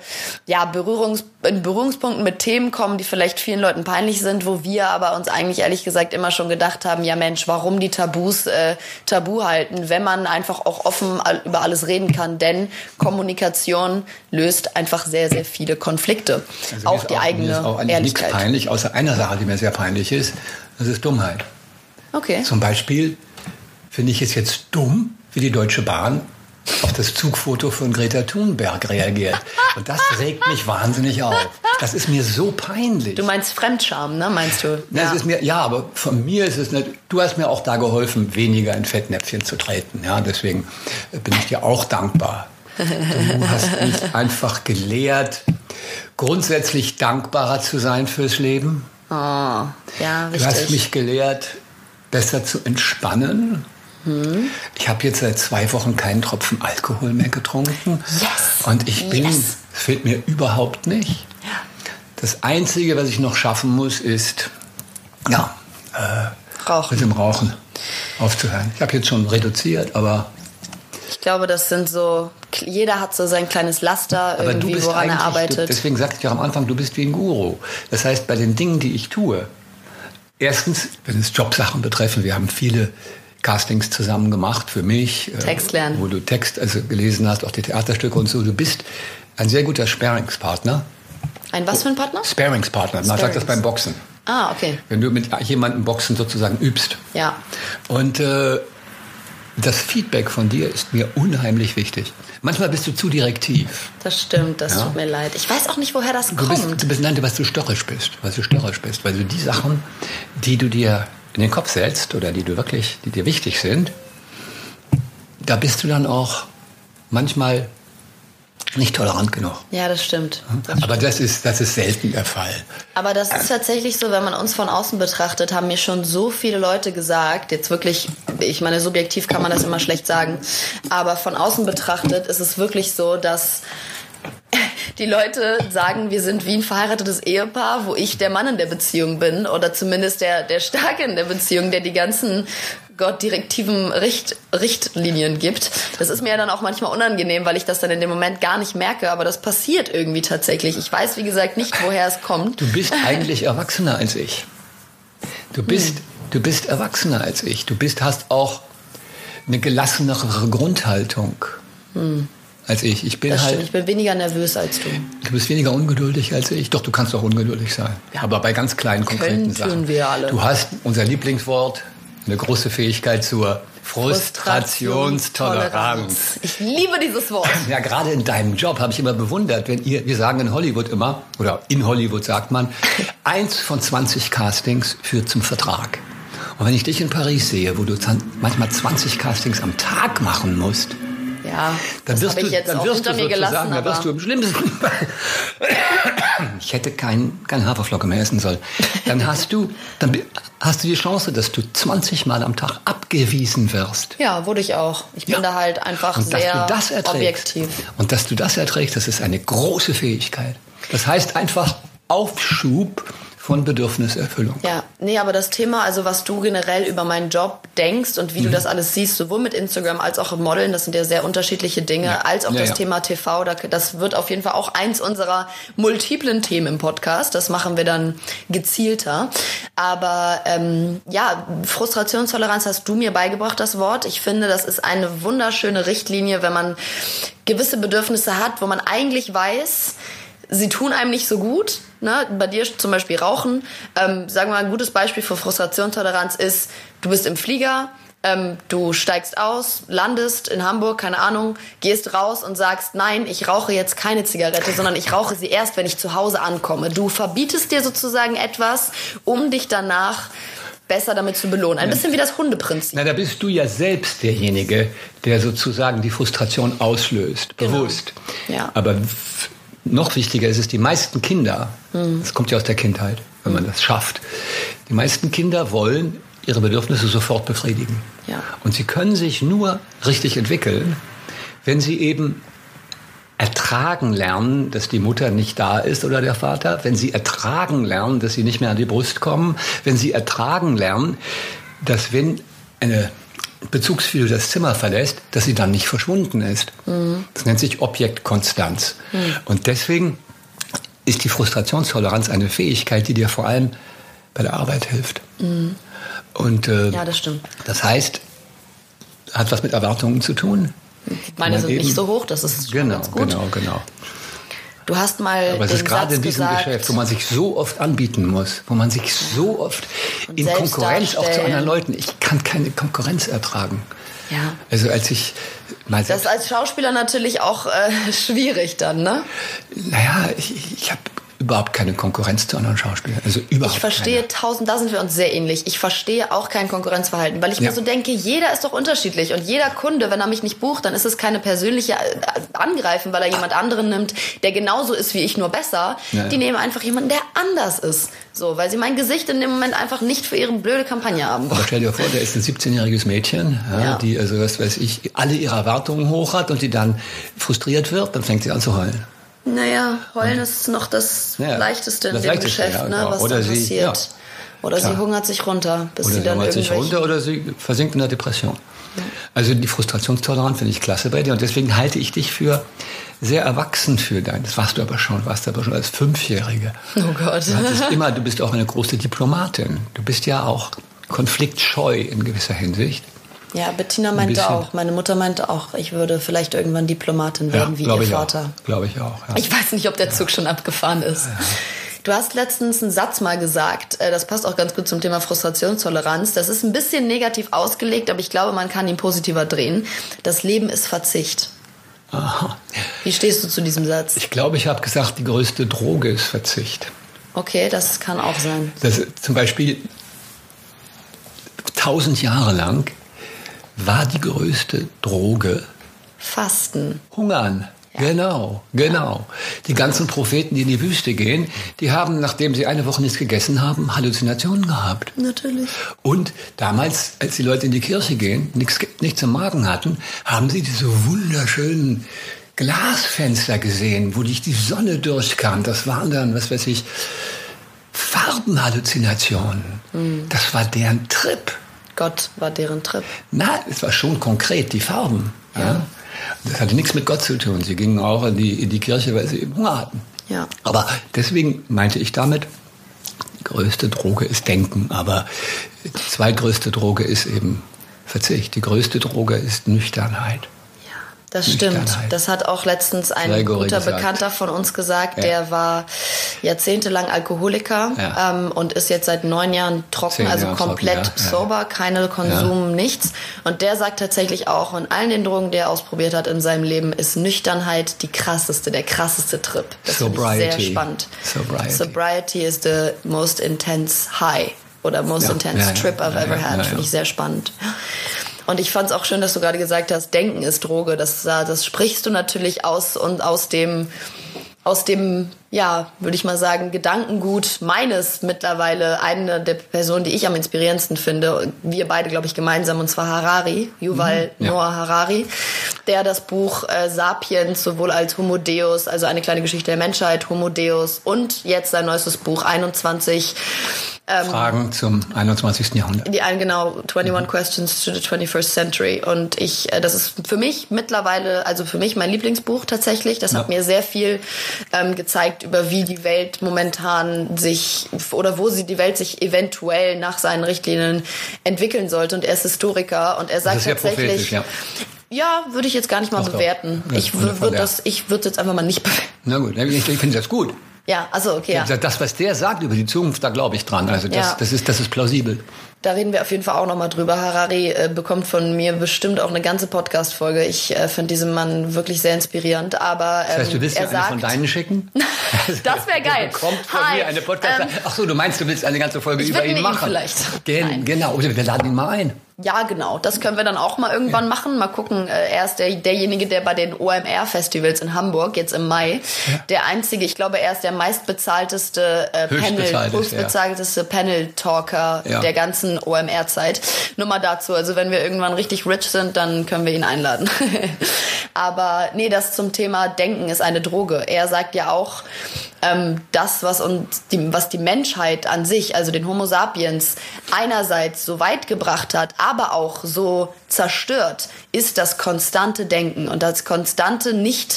Berührungspunkten mit Themen kommen, die vielleicht vielen Leuten peinlich sind, wo wir aber uns eigentlich ehrlich gesagt immer schon gedacht haben, ja Mensch, warum die Tabus tabu halten, wenn man einfach auch offen über alles reden kann. Denn Kommunikation löst einfach sehr, sehr viele Konflikte. Also auch die eigene Ehrlichkeit. Mir ist auch eigentlich nichts peinlich,
außer einer Sache, die mir sehr peinlich ist. Das ist Dummheit.
Okay.
Zum Beispiel finde ich es jetzt dumm, wie die Deutsche Bahn auf das Zugfoto von Greta Thunberg reagiert. Und das regt mich wahnsinnig auf. Das ist mir so peinlich.
Du meinst Fremdscham, ne? Meinst du?
Das ist mir, ja, aber von mir ist es nicht. Du hast mir auch da geholfen, weniger in Fettnäpfchen zu treten. Ja, deswegen bin ich dir auch dankbar. Du hast mich einfach gelehrt, grundsätzlich dankbarer zu sein fürs Leben.
Oh, ja, richtig.
Du hast mich gelehrt, besser zu entspannen. Ich habe jetzt seit 2 Wochen keinen Tropfen Alkohol mehr getrunken.
Yes.
Und es fehlt mir überhaupt nicht.
Ja.
Das Einzige, was ich noch schaffen muss, ist,
Rauchen.
Mit dem Rauchen aufzuhören. Ich habe jetzt schon reduziert, aber...
Ich glaube, das sind so, jeder hat so sein kleines Laster, irgendwie, woran er arbeitet.
Deswegen sagte ich auch am Anfang, du bist wie ein Guru. Das heißt, bei den Dingen, die ich tue, erstens, wenn es Jobsachen betreffen, wir haben viele Castings zusammen gemacht für mich.
Text lernen.
Wo du Text gelesen hast, auch die Theaterstücke und so. Du bist ein sehr guter Sparringspartner.
Ein was für ein Partner?
Sparringspartner. Man sagt das beim Boxen.
Ah, okay.
Wenn du mit jemandem Boxen sozusagen übst.
Ja.
Und das Feedback von dir ist mir unheimlich wichtig. Manchmal bist du zu direktiv.
Das stimmt, das tut mir leid. Ich weiß auch nicht, woher das kommt.
Weil du störrisch bist. Weil du die Sachen, die du dir in den Kopf setzt oder die dir wichtig sind, da bist du dann auch manchmal nicht tolerant genug.
Ja, das stimmt.
Aber das ist selten der Fall.
Aber das ist tatsächlich so, wenn man uns von außen betrachtet, haben mir schon so viele Leute gesagt, jetzt wirklich, ich meine, subjektiv kann man das immer schlecht sagen, aber von außen betrachtet ist es wirklich so, dass die Leute sagen, wir sind wie ein verheiratetes Ehepaar, wo ich der Mann in der Beziehung bin oder zumindest der Starke in der Beziehung, der die ganzen direktiven Richtlinien gibt. Das ist mir ja dann auch manchmal unangenehm, weil ich das dann in dem Moment gar nicht merke, aber das passiert irgendwie tatsächlich. Ich weiß, wie gesagt, nicht, woher es kommt.
Du bist eigentlich erwachsener als ich. Du bist erwachsener als ich. Hast auch eine gelassenere Grundhaltung als ich. Ich bin
weniger nervös als du.
Du bist weniger ungeduldig als ich. Doch, du kannst auch ungeduldig sein. Ja. Aber bei ganz kleinen, konkreten Sachen.
Tun wir alle.
Du hast unser Lieblingswort, eine große Fähigkeit zur Frustrationstoleranz.
Ich liebe dieses Wort.
Ja, gerade in deinem Job habe ich immer bewundert, wir sagen in Hollywood immer, oder in Hollywood sagt man, 1 von 20 Castings führt zum Vertrag. Und wenn ich dich in Paris sehe, wo du manchmal 20 Castings am Tag machen musst,
ja, dann wirst du
im schlimmsten Fall, ich hätte kein Haferflocke mehr essen sollen, dann hast du die Chance, dass du 20 Mal am Tag abgewiesen wirst.
Ja, wurde ich auch. Ich bin da halt einfach sehr objektiv.
Und dass du das erträgst, das ist eine große Fähigkeit. Das heißt einfach Aufschub von Bedürfniserfüllung.
Ja, nee, aber das Thema, also was du generell über meinen Job denkst und wie du das alles siehst, sowohl mit Instagram als auch im Modeln, das sind ja sehr unterschiedliche Dinge, als auch das Thema TV, das wird auf jeden Fall auch eins unserer multiplen Themen im Podcast, das machen wir dann gezielter. Aber Frustrationstoleranz hast du mir beigebracht, das Wort. Ich finde, das ist eine wunderschöne Richtlinie, wenn man gewisse Bedürfnisse hat, wo man eigentlich weiß, sie tun einem nicht so gut, ne? Bei dir zum Beispiel Rauchen. Sagen wir mal, ein gutes Beispiel für Frustrationstoleranz ist, du bist im Flieger, du steigst aus, landest in Hamburg, keine Ahnung, gehst raus und sagst, nein, ich rauche jetzt keine Zigarette, sondern ich rauche sie erst, wenn ich zu Hause ankomme. Du verbietest dir sozusagen etwas, um dich danach besser damit zu belohnen. Ein bisschen wie das Hundeprinzip.
Na, da bist du ja selbst derjenige, der sozusagen die Frustration auslöst, bewusst.
Ja.
Aber noch wichtiger ist es, die meisten Kinder, das kommt ja aus der Kindheit, wenn man das schafft, die meisten Kinder wollen ihre Bedürfnisse sofort befriedigen.
Ja.
Und sie können sich nur richtig entwickeln, wenn sie eben ertragen lernen, dass die Mutter nicht da ist oder der Vater, wenn sie ertragen lernen, dass sie nicht mehr an die Brust kommen, wenn sie ertragen lernen, dass wenn eine Bezugsfigur das Zimmer verlässt, dass sie dann nicht verschwunden ist. Das nennt sich Objektkonstanz. Und deswegen ist die Frustrationstoleranz eine Fähigkeit, die dir vor allem bei der Arbeit hilft. Und
ja, das stimmt.
Das heißt, hat was mit Erwartungen zu tun.
Meine sind nicht so hoch, das ist schon ganz gut.
Genau.
Du hast mal
aber es ist gerade in diesem Geschäft, wo man sich so oft anbieten muss, wo man sich so oft in Konkurrenz auch zu anderen Leuten, ich kann keine Konkurrenz ertragen.
Ja.
Also als ich mal
das ist als Schauspieler natürlich auch schwierig dann, ne?
Naja, ich habe überhaupt keine Konkurrenz zu anderen Schauspielern. Also überhaupt
Ich verstehe
keine.
Da sind wir uns sehr ähnlich. Ich verstehe auch kein Konkurrenzverhalten, weil ich mir so denke, jeder ist doch unterschiedlich und jeder Kunde, wenn er mich nicht bucht, dann ist es keine persönliche Angreifen, weil er jemand anderen nimmt, der genauso ist wie ich, nur besser. Ja. Die nehmen einfach jemanden, der anders ist. So, weil sie mein Gesicht in dem Moment einfach nicht für ihre blöde Kampagne haben wollen.
Aber stell dir vor, der ist ein 17-jähriges Mädchen, die, also was weiß ich, alle ihre Erwartungen hoch hat und die dann frustriert wird, dann fängt sie an zu heulen.
Naja, heulen ist noch das Leichteste in dem Geschäft, ne, was
oder
dann passiert.
Ja.
Oder sie hungert sich runter, bis
oder
sie dann
hungert sich runter oder sie versinkt in der Depression. Ja. Also die Frustrationstoleranz finde ich klasse bei dir und deswegen halte ich dich für sehr erwachsen für dein. Das warst du aber schon als 5-Jährige.
Oh Gott.
Du bist auch eine große Diplomatin. Du bist ja auch konfliktscheu in gewisser Hinsicht.
Ja, Bettina meinte auch, meine Mutter meinte auch, ich würde vielleicht irgendwann Diplomatin werden, wie ihr Vater.
Glaube ich auch. Ja.
Ich weiß nicht, ob der Zug schon abgefahren ist. Ja. Du hast letztens einen Satz mal gesagt, das passt auch ganz gut zum Thema Frustrationstoleranz. Das ist ein bisschen negativ ausgelegt, aber ich glaube, man kann ihn positiver drehen. Das Leben ist Verzicht.
Aha.
Wie stehst du zu diesem Satz?
Ich glaube, ich habe gesagt, die größte Droge ist Verzicht.
Okay, das kann auch sein.
Zum Beispiel 1000 Jahre lang war die größte Droge
Fasten.
Hungern. Ja. Genau. Die ganzen Propheten, die in die Wüste gehen, die haben, nachdem sie eine Woche nichts gegessen haben, Halluzinationen gehabt.
Natürlich.
Und damals, als die Leute in die Kirche gehen, nichts im Magen hatten, haben sie diese wunderschönen Glasfenster gesehen, wo die Sonne durchkam. Das waren dann, was weiß ich, Farbenhalluzinationen. Das war deren Trip.
Gott war deren Trip.
Na, es war schon konkret, die Farben. Ja. Das hatte nichts mit Gott zu tun. Sie gingen auch in die Kirche, weil sie eben Hunger hatten.
Ja.
Aber deswegen meinte ich damit, die größte Droge ist Denken. Aber die zweitgrößte Droge ist eben Verzicht. Die größte Droge ist Nüchternheit.
Das stimmt. Das hat auch letztens ein guter Bekannter von uns gesagt. Ja. Der war jahrzehntelang Alkoholiker und ist jetzt seit 9 Jahren trocken, also komplett sober, keine Konsum, nichts. Und der sagt tatsächlich auch, von allen den Drogen, die er ausprobiert hat in seinem Leben, ist Nüchternheit der krasseste Trip. Das finde ich sehr spannend. Sobriety is the most intense high oder most intense trip I've ever had. Finde ich sehr spannend. Und ich fand es auch schön, dass du gerade gesagt hast, Denken ist Droge. Das sprichst du natürlich aus dem, ja, würde ich mal sagen, Gedankengut meines mittlerweile, eine der Personen, die ich am inspirierendsten finde. Wir beide, glaube ich, gemeinsam, und zwar Harari, Yuval Noah Harari, der das Buch Sapiens sowohl als Homo Deus, also eine kleine Geschichte der Menschheit, Homo Deus, und jetzt sein neuestes Buch 21
Fragen zum 21. Jahrhundert.
21 Questions to the 21st Century. Und das ist für mich mittlerweile, also für mich mein Lieblingsbuch tatsächlich. Das hat mir sehr viel gezeigt über wie die Welt momentan wo die Welt sich eventuell nach seinen Richtlinien entwickellen sollte. Und er ist Historiker und er sagt tatsächlich, ja, würde ich jetzt gar nicht mal bewerten. Ich würde es jetzt einfach mal nicht bewerten.
Na gut, ich finde das gut.
Ja, also okay. Ja.
Das, was der sagt über die Zukunft, da glaube ich dran. Also das ist plausibel.
Da reden wir auf jeden Fall auch nochmal drüber. Harari bekommt von mir bestimmt auch eine ganze Podcast-Folge. Ich finde diesen Mann wirklich sehr inspirierend. Aber
das heißt, du willst mir eine von deinen schicken?
Das wäre geil.
Du bekommst von mir eine Podcast. Ach so, du meinst, du willst eine ganze Folge über ihn machen?
Vielleicht.
Genau, oder wir laden ihn mal ein.
Ja, genau. Das können wir dann auch mal irgendwann machen. Mal gucken. Er ist derjenige, der bei den OMR-Festivals in Hamburg jetzt im Mai, der einzige, ich glaube, er ist der meistbezahlteste höchstbezahlteste Panel-Talker der ganzen OMR-Zeit. Nur mal dazu. Also wenn wir irgendwann richtig rich sind, dann können wir ihn einladen. Aber nee, das zum Thema Denken ist eine Droge. Er sagt ja auch, das, was die Menschheit an sich, also den Homo sapiens, einerseits so weit gebracht hat, aber auch so zerstört, ist das konstante Denken und das konstante nicht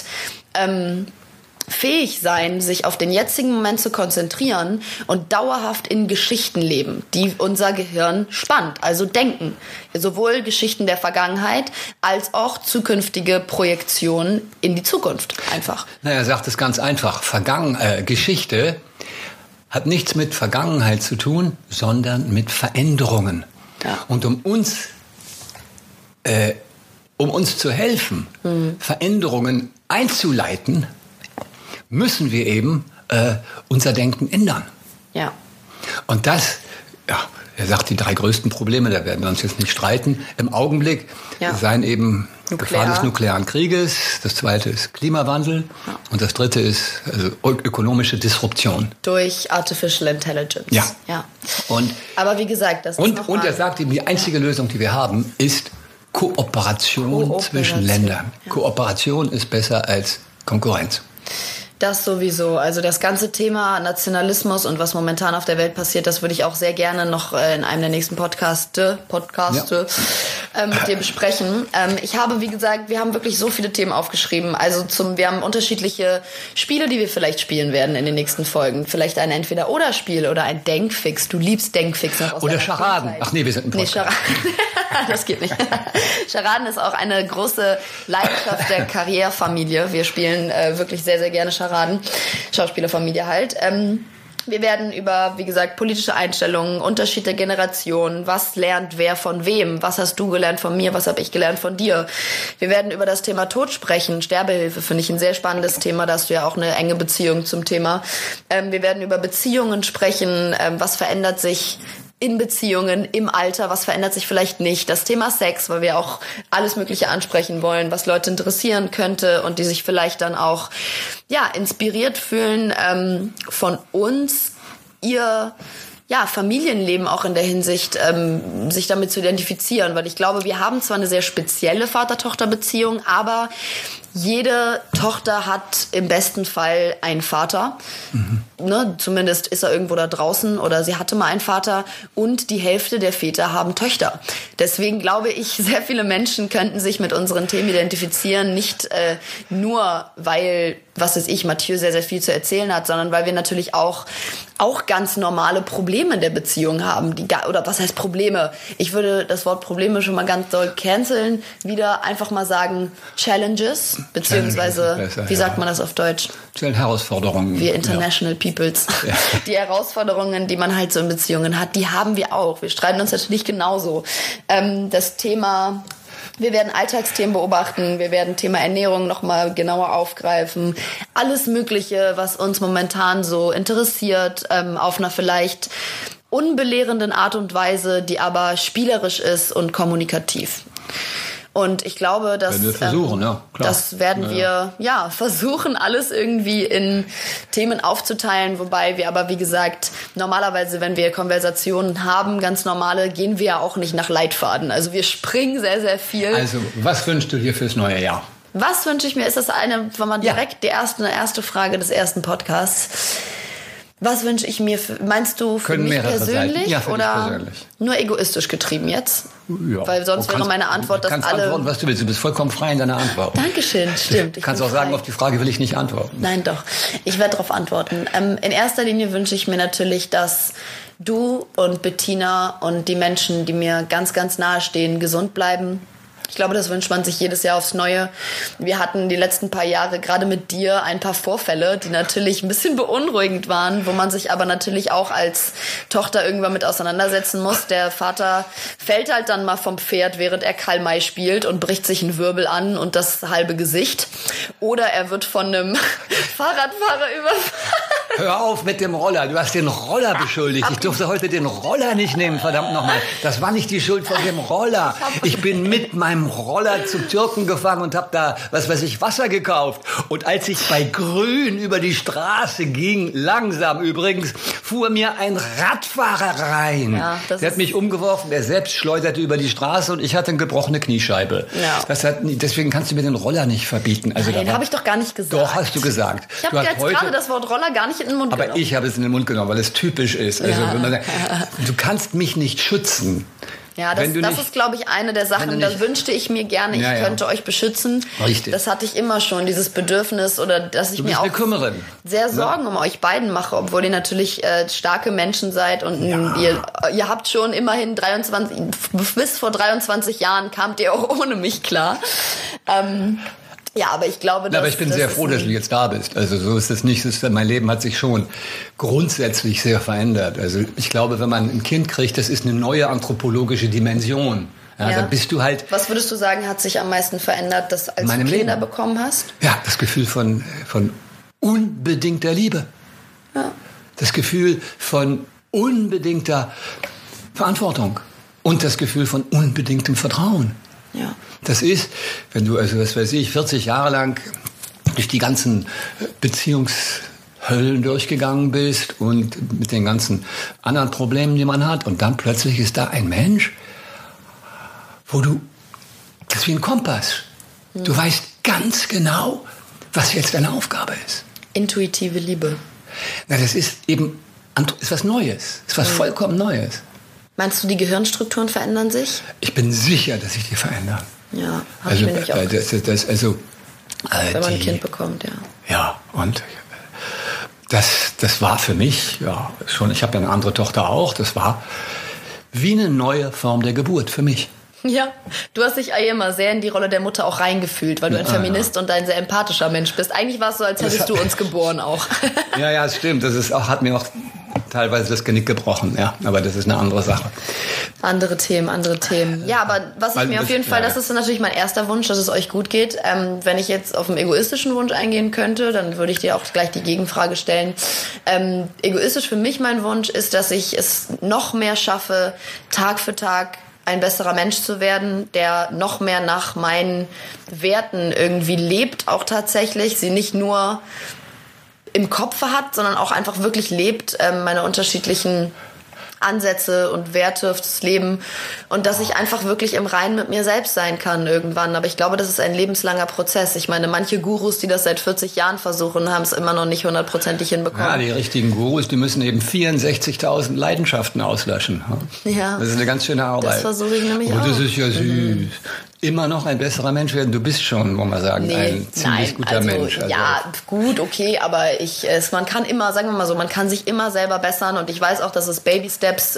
fähig sein, sich auf den jetzigen Moment zu konzentrieren und dauerhaft in Geschichten leben, die unser Gehirn spannt, also denken. Sowohl Geschichten der Vergangenheit als auch zukünftige Projektionen in die Zukunft einfach.
Er sagt es ganz einfach. Geschichte hat nichts mit Vergangenheit zu tun, sondern mit Veränderungen. Ja. Und um uns zu helfen, Veränderungen einzuleiten, müssen wir eben unser Denken ändern.
Ja.
Und das, er sagt, die 3 größten Probleme, da werden wir uns jetzt nicht streiten, im Augenblick seien eben Gefahr des nuklearen Krieges, das 2. ist Klimawandel und das 3. ist ökonomische Disruption.
Durch Artificial Intelligence.
Ja.
Aber wie gesagt, das ist
und er sagt eben, die einzige Lösung, die wir haben, ist Kooperation zwischen Ländern. Ja. Kooperation ist besser als Konkurrenz.
Das sowieso. Also das ganze Thema Nationalismus und was momentan auf der Welt passiert, das würde ich auch sehr gerne noch in einem der nächsten Podcasts mit dir besprechen. Ich habe, wie gesagt, wir haben wirklich so viele Themen aufgeschrieben. Also wir haben unterschiedliche Spiele, die wir vielleicht spielen werden in den nächsten Folgen. Vielleicht ein Entweder-Oder-Spiel oder ein Denkfix. Du liebst Denkfix.
Oder Scharaden. Ach nee, wir sind ein Podcast.
Nee, Scharaden. Das geht nicht. Scharaden ist auch eine große Leidenschaft der Karrierefamilie. Wir spielen wirklich sehr, sehr gerne Scharaden. Schauspielerfamilie halt. Wir werden über, wie gesagt, politische Einstellungen, Unterschied der Generationen, was lernt wer von wem, was hast du gelernt von mir, was habe ich gelernt von dir. Wir werden über das Thema Tod sprechen, Sterbehilfe finde ich ein sehr spannendes Thema, da hast du ja auch eine enge Beziehung zum Thema. Wir werden über Beziehungen sprechen, was verändert sich in Beziehungen, im Alter, was verändert sich vielleicht nicht. Das Thema Sex, weil wir auch alles Mögliche ansprechen wollen, was Leute interessieren könnte und die sich vielleicht dann auch inspiriert fühlen von uns, ihr Familienleben auch in der Hinsicht, sich damit zu identifizieren. Weil ich glaube, wir haben zwar eine sehr spezielle Vater-Tochter-Beziehung, aber jede Tochter hat im besten Fall einen Vater. Ne? Zumindest ist er irgendwo da draußen oder sie hatte mal einen Vater. Und die Hälfte der Väter haben Töchter. Deswegen glaube ich, sehr viele Menschen könnten sich mit unseren Themen identifizieren. Nicht nur, weil, Mathieu sehr, sehr viel zu erzählen hat, sondern weil wir natürlich auch ganz normale Probleme in der Beziehung haben. Oder was heißt Probleme? Ich würde das Wort Probleme schon mal ganz doll canceln. Wieder einfach mal sagen Challenges. Beziehungsweise, wie sagt man das auf Deutsch?
Herausforderungen.
Wir International Peoples. Ja. Die Herausforderungen, die man halt so in Beziehungen hat, die haben wir auch. Wir streiten uns natürlich genauso. Das Thema, wir werden Alltagsthemen beobachten, wir werden Thema Ernährung nochmal genauer aufgreifen. Alles Mögliche, was uns momentan so interessiert, auf einer vielleicht unbelehrenden Art und Weise, die aber spielerisch ist und kommunikativ. Und ich glaube, dass
wir versuchen,
das werden wir versuchen, alles irgendwie in Themen aufzuteilen. Wobei wir aber, wie gesagt, normalerweise, wenn wir Konversationen haben, ganz normale, gehen wir ja auch nicht nach Leitfaden. Also wir springen sehr, sehr viel.
Also, was wünschst du dir fürs neue Jahr?
Was wünsche ich mir? Ist das eine erste Frage des ersten Podcasts? Was wünsche ich mir? Meinst du für mich persönlich oder persönlich. Nur egoistisch getrieben jetzt?
Ja.
Weil sonst wäre meine Antwort, dass alle... Du kannst antworten,
was du willst. Du bist vollkommen frei in deiner Antwort.
Dankeschön, stimmt.
Du kannst auch sagen, auf die Frage will ich nicht antworten.
Nein, doch. Ich werde darauf antworten. In erster Linie wünsche ich mir natürlich, dass du und Bettina und die Menschen, die mir ganz, ganz nahe stehen, gesund bleiben. Ich glaube, das wünscht man sich jedes Jahr aufs Neue. Wir hatten die letzten paar Jahre gerade mit dir ein paar Vorfälle, die natürlich ein bisschen beunruhigend waren, wo man sich aber natürlich auch als Tochter irgendwann mit auseinandersetzen muss. Der Vater fällt halt dann mal vom Pferd, während er Karl May spielt und bricht sich einen Wirbel an und das halbe Gesicht. Oder er wird von einem Fahrradfahrer überfahren.
Hör auf mit dem Roller. Du hast den Roller beschuldigt. Ich durfte heute den Roller nicht nehmen, verdammt nochmal. Das war nicht die Schuld von dem Roller. Ich bin mit meinem Roller zum Türken gefahren und habe da, Wasser gekauft. Und als ich bei Grün über die Straße ging, langsam übrigens, fuhr mir ein Radfahrer rein. Ja, der hat mich umgeworfen, der selbst schleuderte über die Straße und ich hatte eine gebrochene Kniescheibe. Ja. Deswegen kannst du mir den Roller nicht verbieten. Also
nein, habe ich doch gar nicht gesagt.
Doch, hast du gesagt.
Ich habe jetzt gerade das Wort Roller gar nicht in den Mund genommen.
Aber ich habe es in den Mund genommen, weil es typisch ist. Also, wenn man sagt, du kannst mich nicht schützen.
Ja, das ist, glaube ich, eine der Sachen, da wünschte ich mir gerne, ich könnte euch beschützen.
Richtig.
Das hatte ich immer schon, dieses Bedürfnis, oder dass ich mir auch sehr Sorgen um euch beiden mache, obwohl ihr natürlich starke Menschen seid und ihr habt schon immerhin bis vor 23 Jahren kamt ihr auch ohne mich klar. Ja, aber ich glaube,
aber ich bin sehr froh, dass du jetzt da bist. Also so ist es nicht. Mein Leben hat sich schon grundsätzlich sehr verändert. Also ich glaube, wenn man ein Kind kriegt, das ist eine neue anthropologische Dimension. Ja, dann bist du halt.
Was würdest du sagen, hat sich am meisten verändert, dass als du Kinder bekommen hast?
Ja, das Gefühl von unbedingter Liebe. Ja. Das Gefühl von unbedingter Verantwortung und das Gefühl von unbedingtem Vertrauen.
Ja.
Das ist, wenn du, 40 Jahre lang durch die ganzen Beziehungshöllen durchgegangen bist und mit den ganzen anderen Problemen, die man hat, und dann plötzlich ist da ein Mensch, das ist wie ein Kompass. Du weißt ganz genau, was jetzt deine Aufgabe ist.
Intuitive Liebe.
Na, das ist was Neues, ist was vollkommen Neues.
Meinst du, die Gehirnstrukturen verändern sich?
Ich bin sicher, dass sich die verändern.
Ja, habe ich mir nämlich auch
gesagt.
Wenn man ein Kind bekommt, ja.
Ja, und das war für mich, ja, schon, ich habe ja eine andere Tochter auch, das war wie eine neue Form der Geburt für mich.
Ja, du hast dich immer sehr in die Rolle der Mutter auch reingefühlt, weil du ein Feminist und ein sehr empathischer Mensch bist. Eigentlich war es so, als hättest du uns geboren auch.
Ja, es stimmt. Hat mir auch teilweise das Genick gebrochen, ja. Aber das ist eine andere Sache.
Andere Themen. Ja, aber was ich mir auf jeden Fall, das ist natürlich mein erster Wunsch, dass es euch gut geht. Wenn ich jetzt auf einen egoistischen Wunsch eingehen könnte, dann würde ich dir auch gleich die Gegenfrage stellen. Egoistisch für mich mein Wunsch ist, dass ich es noch mehr schaffe, Tag für Tag ein besserer Mensch zu werden, der noch mehr nach meinen Werten irgendwie lebt, auch tatsächlich, sie nicht nur im Kopf hat, sondern auch einfach wirklich lebt, meine unterschiedlichen Ansätze und Werte auf das Leben, und dass ich einfach wirklich im Reinen mit mir selbst sein kann irgendwann. Aber ich glaube, das ist ein lebenslanger Prozess. Ich meine, manche Gurus, die das seit 40 Jahren versuchen, haben es immer noch nicht 100%ig hinbekommen.
Ja, die richtigen Gurus, die müssen eben 64.000 Leidenschaften auslöschen.
Ja.
Das ist eine ganz schöne Arbeit.
Das versuche ich nämlich auch.
Das ist ja süß. Immer noch ein besserer Mensch werden. Du bist schon, muss man sagen, ein ziemlich guter Mensch. Also.
Ja, gut, okay, aber man kann immer, sagen wir mal so, man kann sich immer selber bessern, und ich weiß auch, dass es Baby-Steps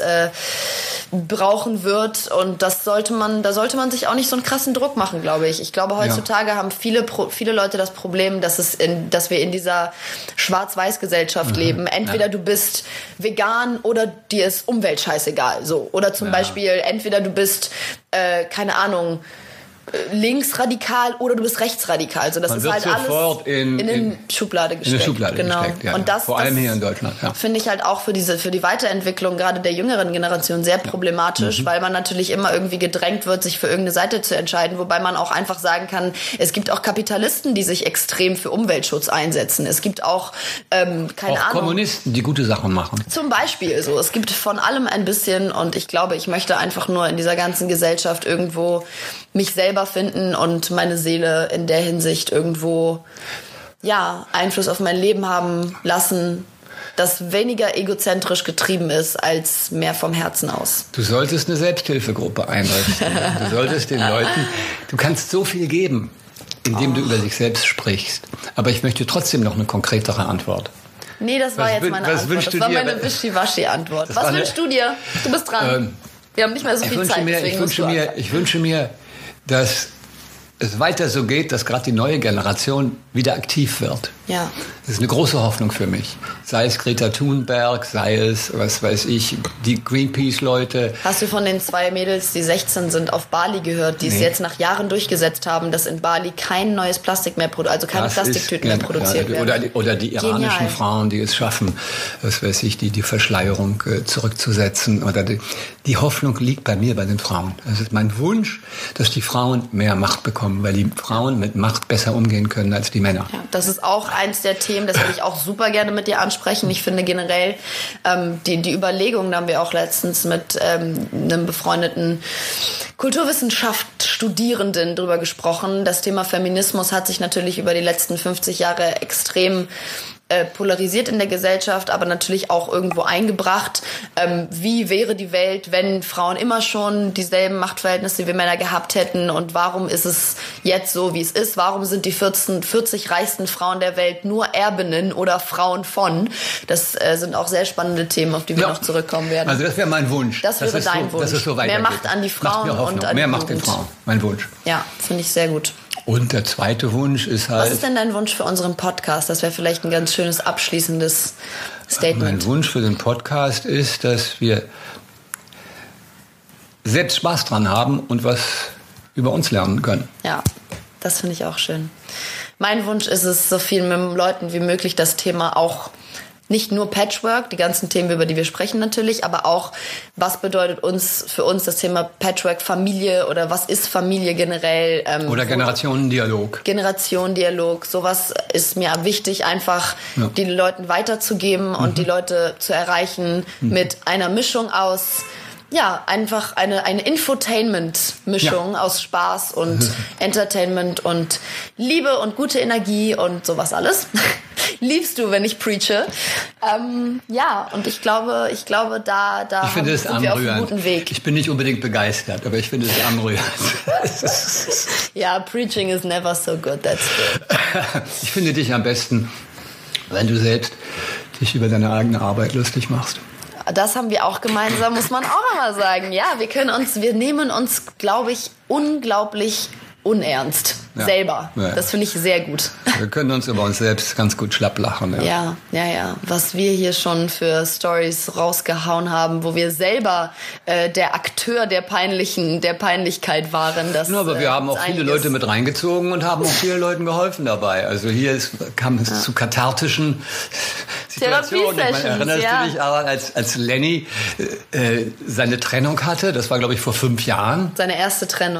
brauchen wird, und da sollte man sich auch nicht so einen krassen Druck machen, glaube ich. Ich glaube, heutzutage haben viele Leute das Problem, dass wir in dieser Schwarz-Weiß-Gesellschaft leben. Entweder du bist vegan oder dir ist Umwelt scheißegal. So. Oder zum Beispiel, entweder du bist, keine Ahnung, linksradikal oder du bist rechtsradikal. Also das ist halt alles in eine Schublade gesteckt. In eine Schublade gesteckt, ja. Und das,
vor allem hier in Deutschland. Ja.
Finde ich halt auch für die Weiterentwicklung gerade der jüngeren Generation sehr problematisch, weil man natürlich immer irgendwie gedrängt wird, sich für irgendeine Seite zu entscheiden, wobei man auch einfach sagen kann, es gibt auch Kapitalisten, die sich extrem für Umweltschutz einsetzen. Es gibt auch,
Kommunisten, die gute Sachen machen.
Zum Beispiel so. Es gibt von allem ein bisschen, und ich glaube, ich möchte einfach nur in dieser ganzen Gesellschaft irgendwo mich selber finden und meine Seele in der Hinsicht irgendwo Einfluss auf mein Leben haben lassen, das weniger egozentrisch getrieben ist als mehr vom Herzen aus.
Du solltest eine Selbsthilfegruppe einrichten. Du solltest den Leuten, du kannst so viel geben, indem du über dich selbst sprichst. Aber ich möchte trotzdem noch eine konkretere Antwort.
Nee, das war jetzt meine Antwort. Das war meine Wischiwaschi-Antwort. Was wünschst du dir? Du bist dran. Wir haben nicht mehr so viel Zeit.
Ich wünsche mir dass es weiter so geht, dass gerade die neue Generation wieder aktiv wird.
Ja.
Das ist eine große Hoffnung für mich. Sei es Greta Thunberg, sei es, was weiß ich, die Greenpeace-Leute.
Hast du von den 2 Mädels, die 16 sind, auf Bali gehört, die es jetzt nach Jahren durchgesetzt haben, dass in Bali kein neues Plastik mehr produziert, also keine Plastiktüten mehr produziert werden?
Oder die iranischen Frauen, die es schaffen, was weiß ich, die Verschleierung zurückzusetzen. Oder die Hoffnung liegt bei mir, bei den Frauen. Das ist mein Wunsch, dass die Frauen mehr Macht bekommen, weil die Frauen mit Macht besser umgehen können als die Männer.
Ja, das ist auch eins der Themen, das würde ich auch super gerne mit dir ansprechen. Ich finde generell die Überlegungen, da haben wir auch letztens mit einem befreundeten Kulturwissenschaft-Studierenden drüber gesprochen. Das Thema Feminismus hat sich natürlich über die letzten 50 Jahre extrem polarisiert in der Gesellschaft, aber natürlich auch irgendwo eingebracht. Wie wäre die Welt, wenn Frauen immer schon dieselben Machtverhältnisse wie Männer gehabt hätten, und warum ist es jetzt so, wie es ist? Warum sind die 40 reichsten Frauen der Welt nur Erbinnen oder Frauen von? Das sind auch sehr spannende Themen, auf die wir noch zurückkommen werden.
Also das wäre mein Wunsch.
Das wäre dein Wunsch.
Dass es so weitergeht.
Mehr Macht an die Frauen und an
mehr
die
Macht den Frauen. Mein Wunsch.
Ja, finde ich sehr gut.
Und der zweite Wunsch ist halt...
Was ist denn dein Wunsch für unseren Podcast? Das wäre vielleicht ein ganz schönes abschließendes Statement.
Mein Wunsch für den Podcast ist, dass wir selbst Spaß dran haben und was über uns lernen können.
Ja, das finde ich auch schön. Mein Wunsch ist es, so vielen Leuten wie möglich das Thema auch... Nicht nur Patchwork, die ganzen Themen, über die wir sprechen natürlich, aber auch, was bedeutet für uns das Thema Patchwork, Familie, oder was ist Familie generell?
Oder Generationendialog.
Generationendialog, sowas ist mir wichtig, einfach den Leuten weiterzugeben und die Leute zu erreichen mit einer Mischung aus... Ja, einfach eine Infotainment-Mischung aus Spaß und Entertainment und Liebe und gute Energie und sowas alles. Liebst du, wenn ich preache? Und ich glaube, da
sind wir auf einem
guten Weg.
Ich bin nicht unbedingt begeistert, aber ich finde es anrührend.
Ja, preaching is never so good, that's good.
Ich finde dich am besten, wenn du selbst dich über deine eigene Arbeit lustig machst.
Das haben wir auch gemeinsam, muss man auch einmal sagen. Ja, wir nehmen uns, glaube ich, unglaublich unernst. Selber. Ja. Das finde ich sehr gut.
Wir können uns über uns selbst ganz gut schlapp lachen.
Ja. Was wir hier schon für Stories rausgehauen haben, wo wir selber der Akteur der Peinlichkeit waren.
Aber wir haben auch viele Leute mit reingezogen und haben auch vielen Leuten geholfen dabei. Also hier kam es zu kathartischen Situationen. Erinnerst du dich daran, als Lenny seine Trennung hatte? Das war, glaube ich, vor 5 Jahren.
Seine erste Trennung.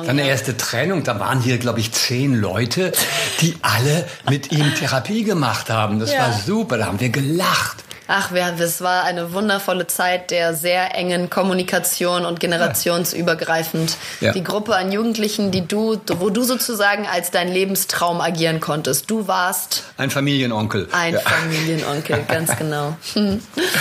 Da waren hier, glaube ich, 10 Leute, die alle mit ihm Therapie gemacht haben. Das war super, da haben wir gelacht.
Ach, es war eine wundervolle Zeit der sehr engen Kommunikation und generationsübergreifend. Ja. Die Gruppe an Jugendlichen, wo du sozusagen als dein Lebenstraum agieren konntest. Du warst...
Ein Familienonkel.
Familienonkel, ganz genau. Okay.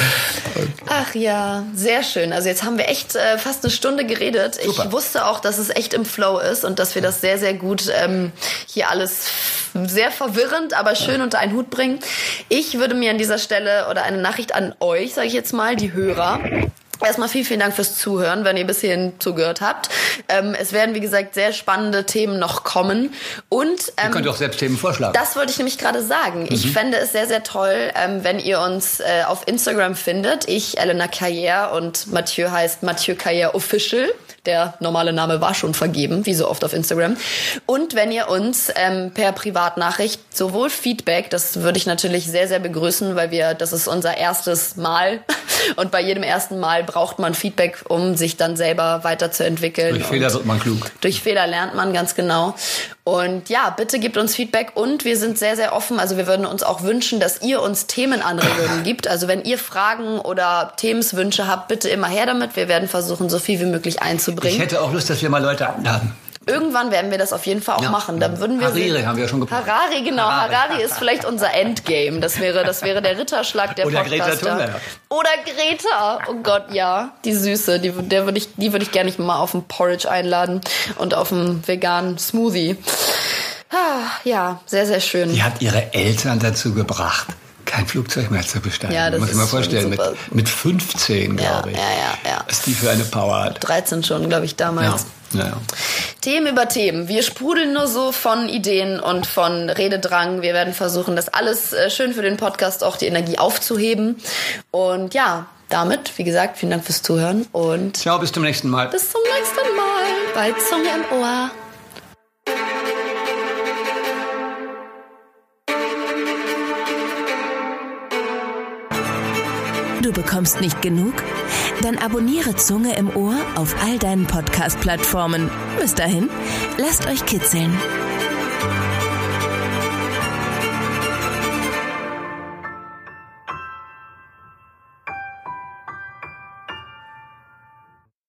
Ach ja, sehr schön. Also jetzt haben wir echt fast eine Stunde geredet. Super. Ich wusste auch, dass es echt im Flow ist und dass wir das sehr, sehr gut hier alles sehr verwirrend, aber schön unter einen Hut bringen. Ich würde mir an dieser Stelle oder eine Nachricht an euch, sage ich jetzt mal, die Hörer. Erstmal vielen Dank fürs Zuhören, wenn ihr bis hierhin zugehört habt. Es werden, wie gesagt, sehr spannende Themen noch kommen. Und
ihr könnt auch selbst Themen vorschlagen. Das
wollte ich nämlich gerade sagen. Ich fände es sehr, sehr toll, wenn ihr uns auf Instagram findet. Ich, Elena Carrière, und Mathieu heißt Mathieu Carrière Official. Der normale Name war schon vergeben, wie so oft auf Instagram. Und wenn ihr uns per Privatnachricht sowohl Feedback, das würde ich natürlich sehr, sehr begrüßen, weil das ist unser erstes Mal. Und bei jedem ersten Mal braucht man Feedback, um sich dann selber weiterzuentwickeln.
Durch Fehler wird man klug.
Durch Fehler lernt man, ganz genau. Und ja, bitte gebt uns Feedback und wir sind sehr, sehr offen. Also wir würden uns auch wünschen, dass ihr uns Themenanregungen gibt. Also wenn ihr Fragen oder Themenswünsche habt, bitte immer her damit. Wir werden versuchen, so viel wie möglich einzubringen.
Ich hätte auch Lust, dass wir mal Leute einladen.
Irgendwann werden wir das auf jeden Fall auch machen. Dann würden wir
Harari haben wir ja schon geplant.
Harari, genau. Harari ist vielleicht unser Endgame. Das wäre der Ritterschlag der
Podcaster.
Greta Thunberg. Oder Greta. Oh Gott, ja. Die Süße. Die würde ich gerne mal auf einen Porridge einladen und auf einen veganen Smoothie. Ja, sehr, sehr schön.
Die hat ihre Eltern dazu gebracht, kein Flugzeug mehr zu besteigen.
Ja, das
muss ich mal vorstellen. Mit 15, glaube ich.
Ja.
Was die für eine Power hat.
13 schon, glaube ich, damals.
Ja.
Themen über Themen. Wir sprudeln nur so von Ideen und von Rededrang. Wir werden versuchen, das alles schön für den Podcast auch die Energie aufzuheben. Und ja, damit, wie gesagt, vielen Dank fürs Zuhören und
ciao, bis zum nächsten Mal.
Bis zum nächsten Mal bei Zunge im Ohr.
Du bekommst nicht genug? Dann abonniere Zunge im Ohr auf all deinen Podcast-Plattformen. Bis dahin, lasst euch kitzeln.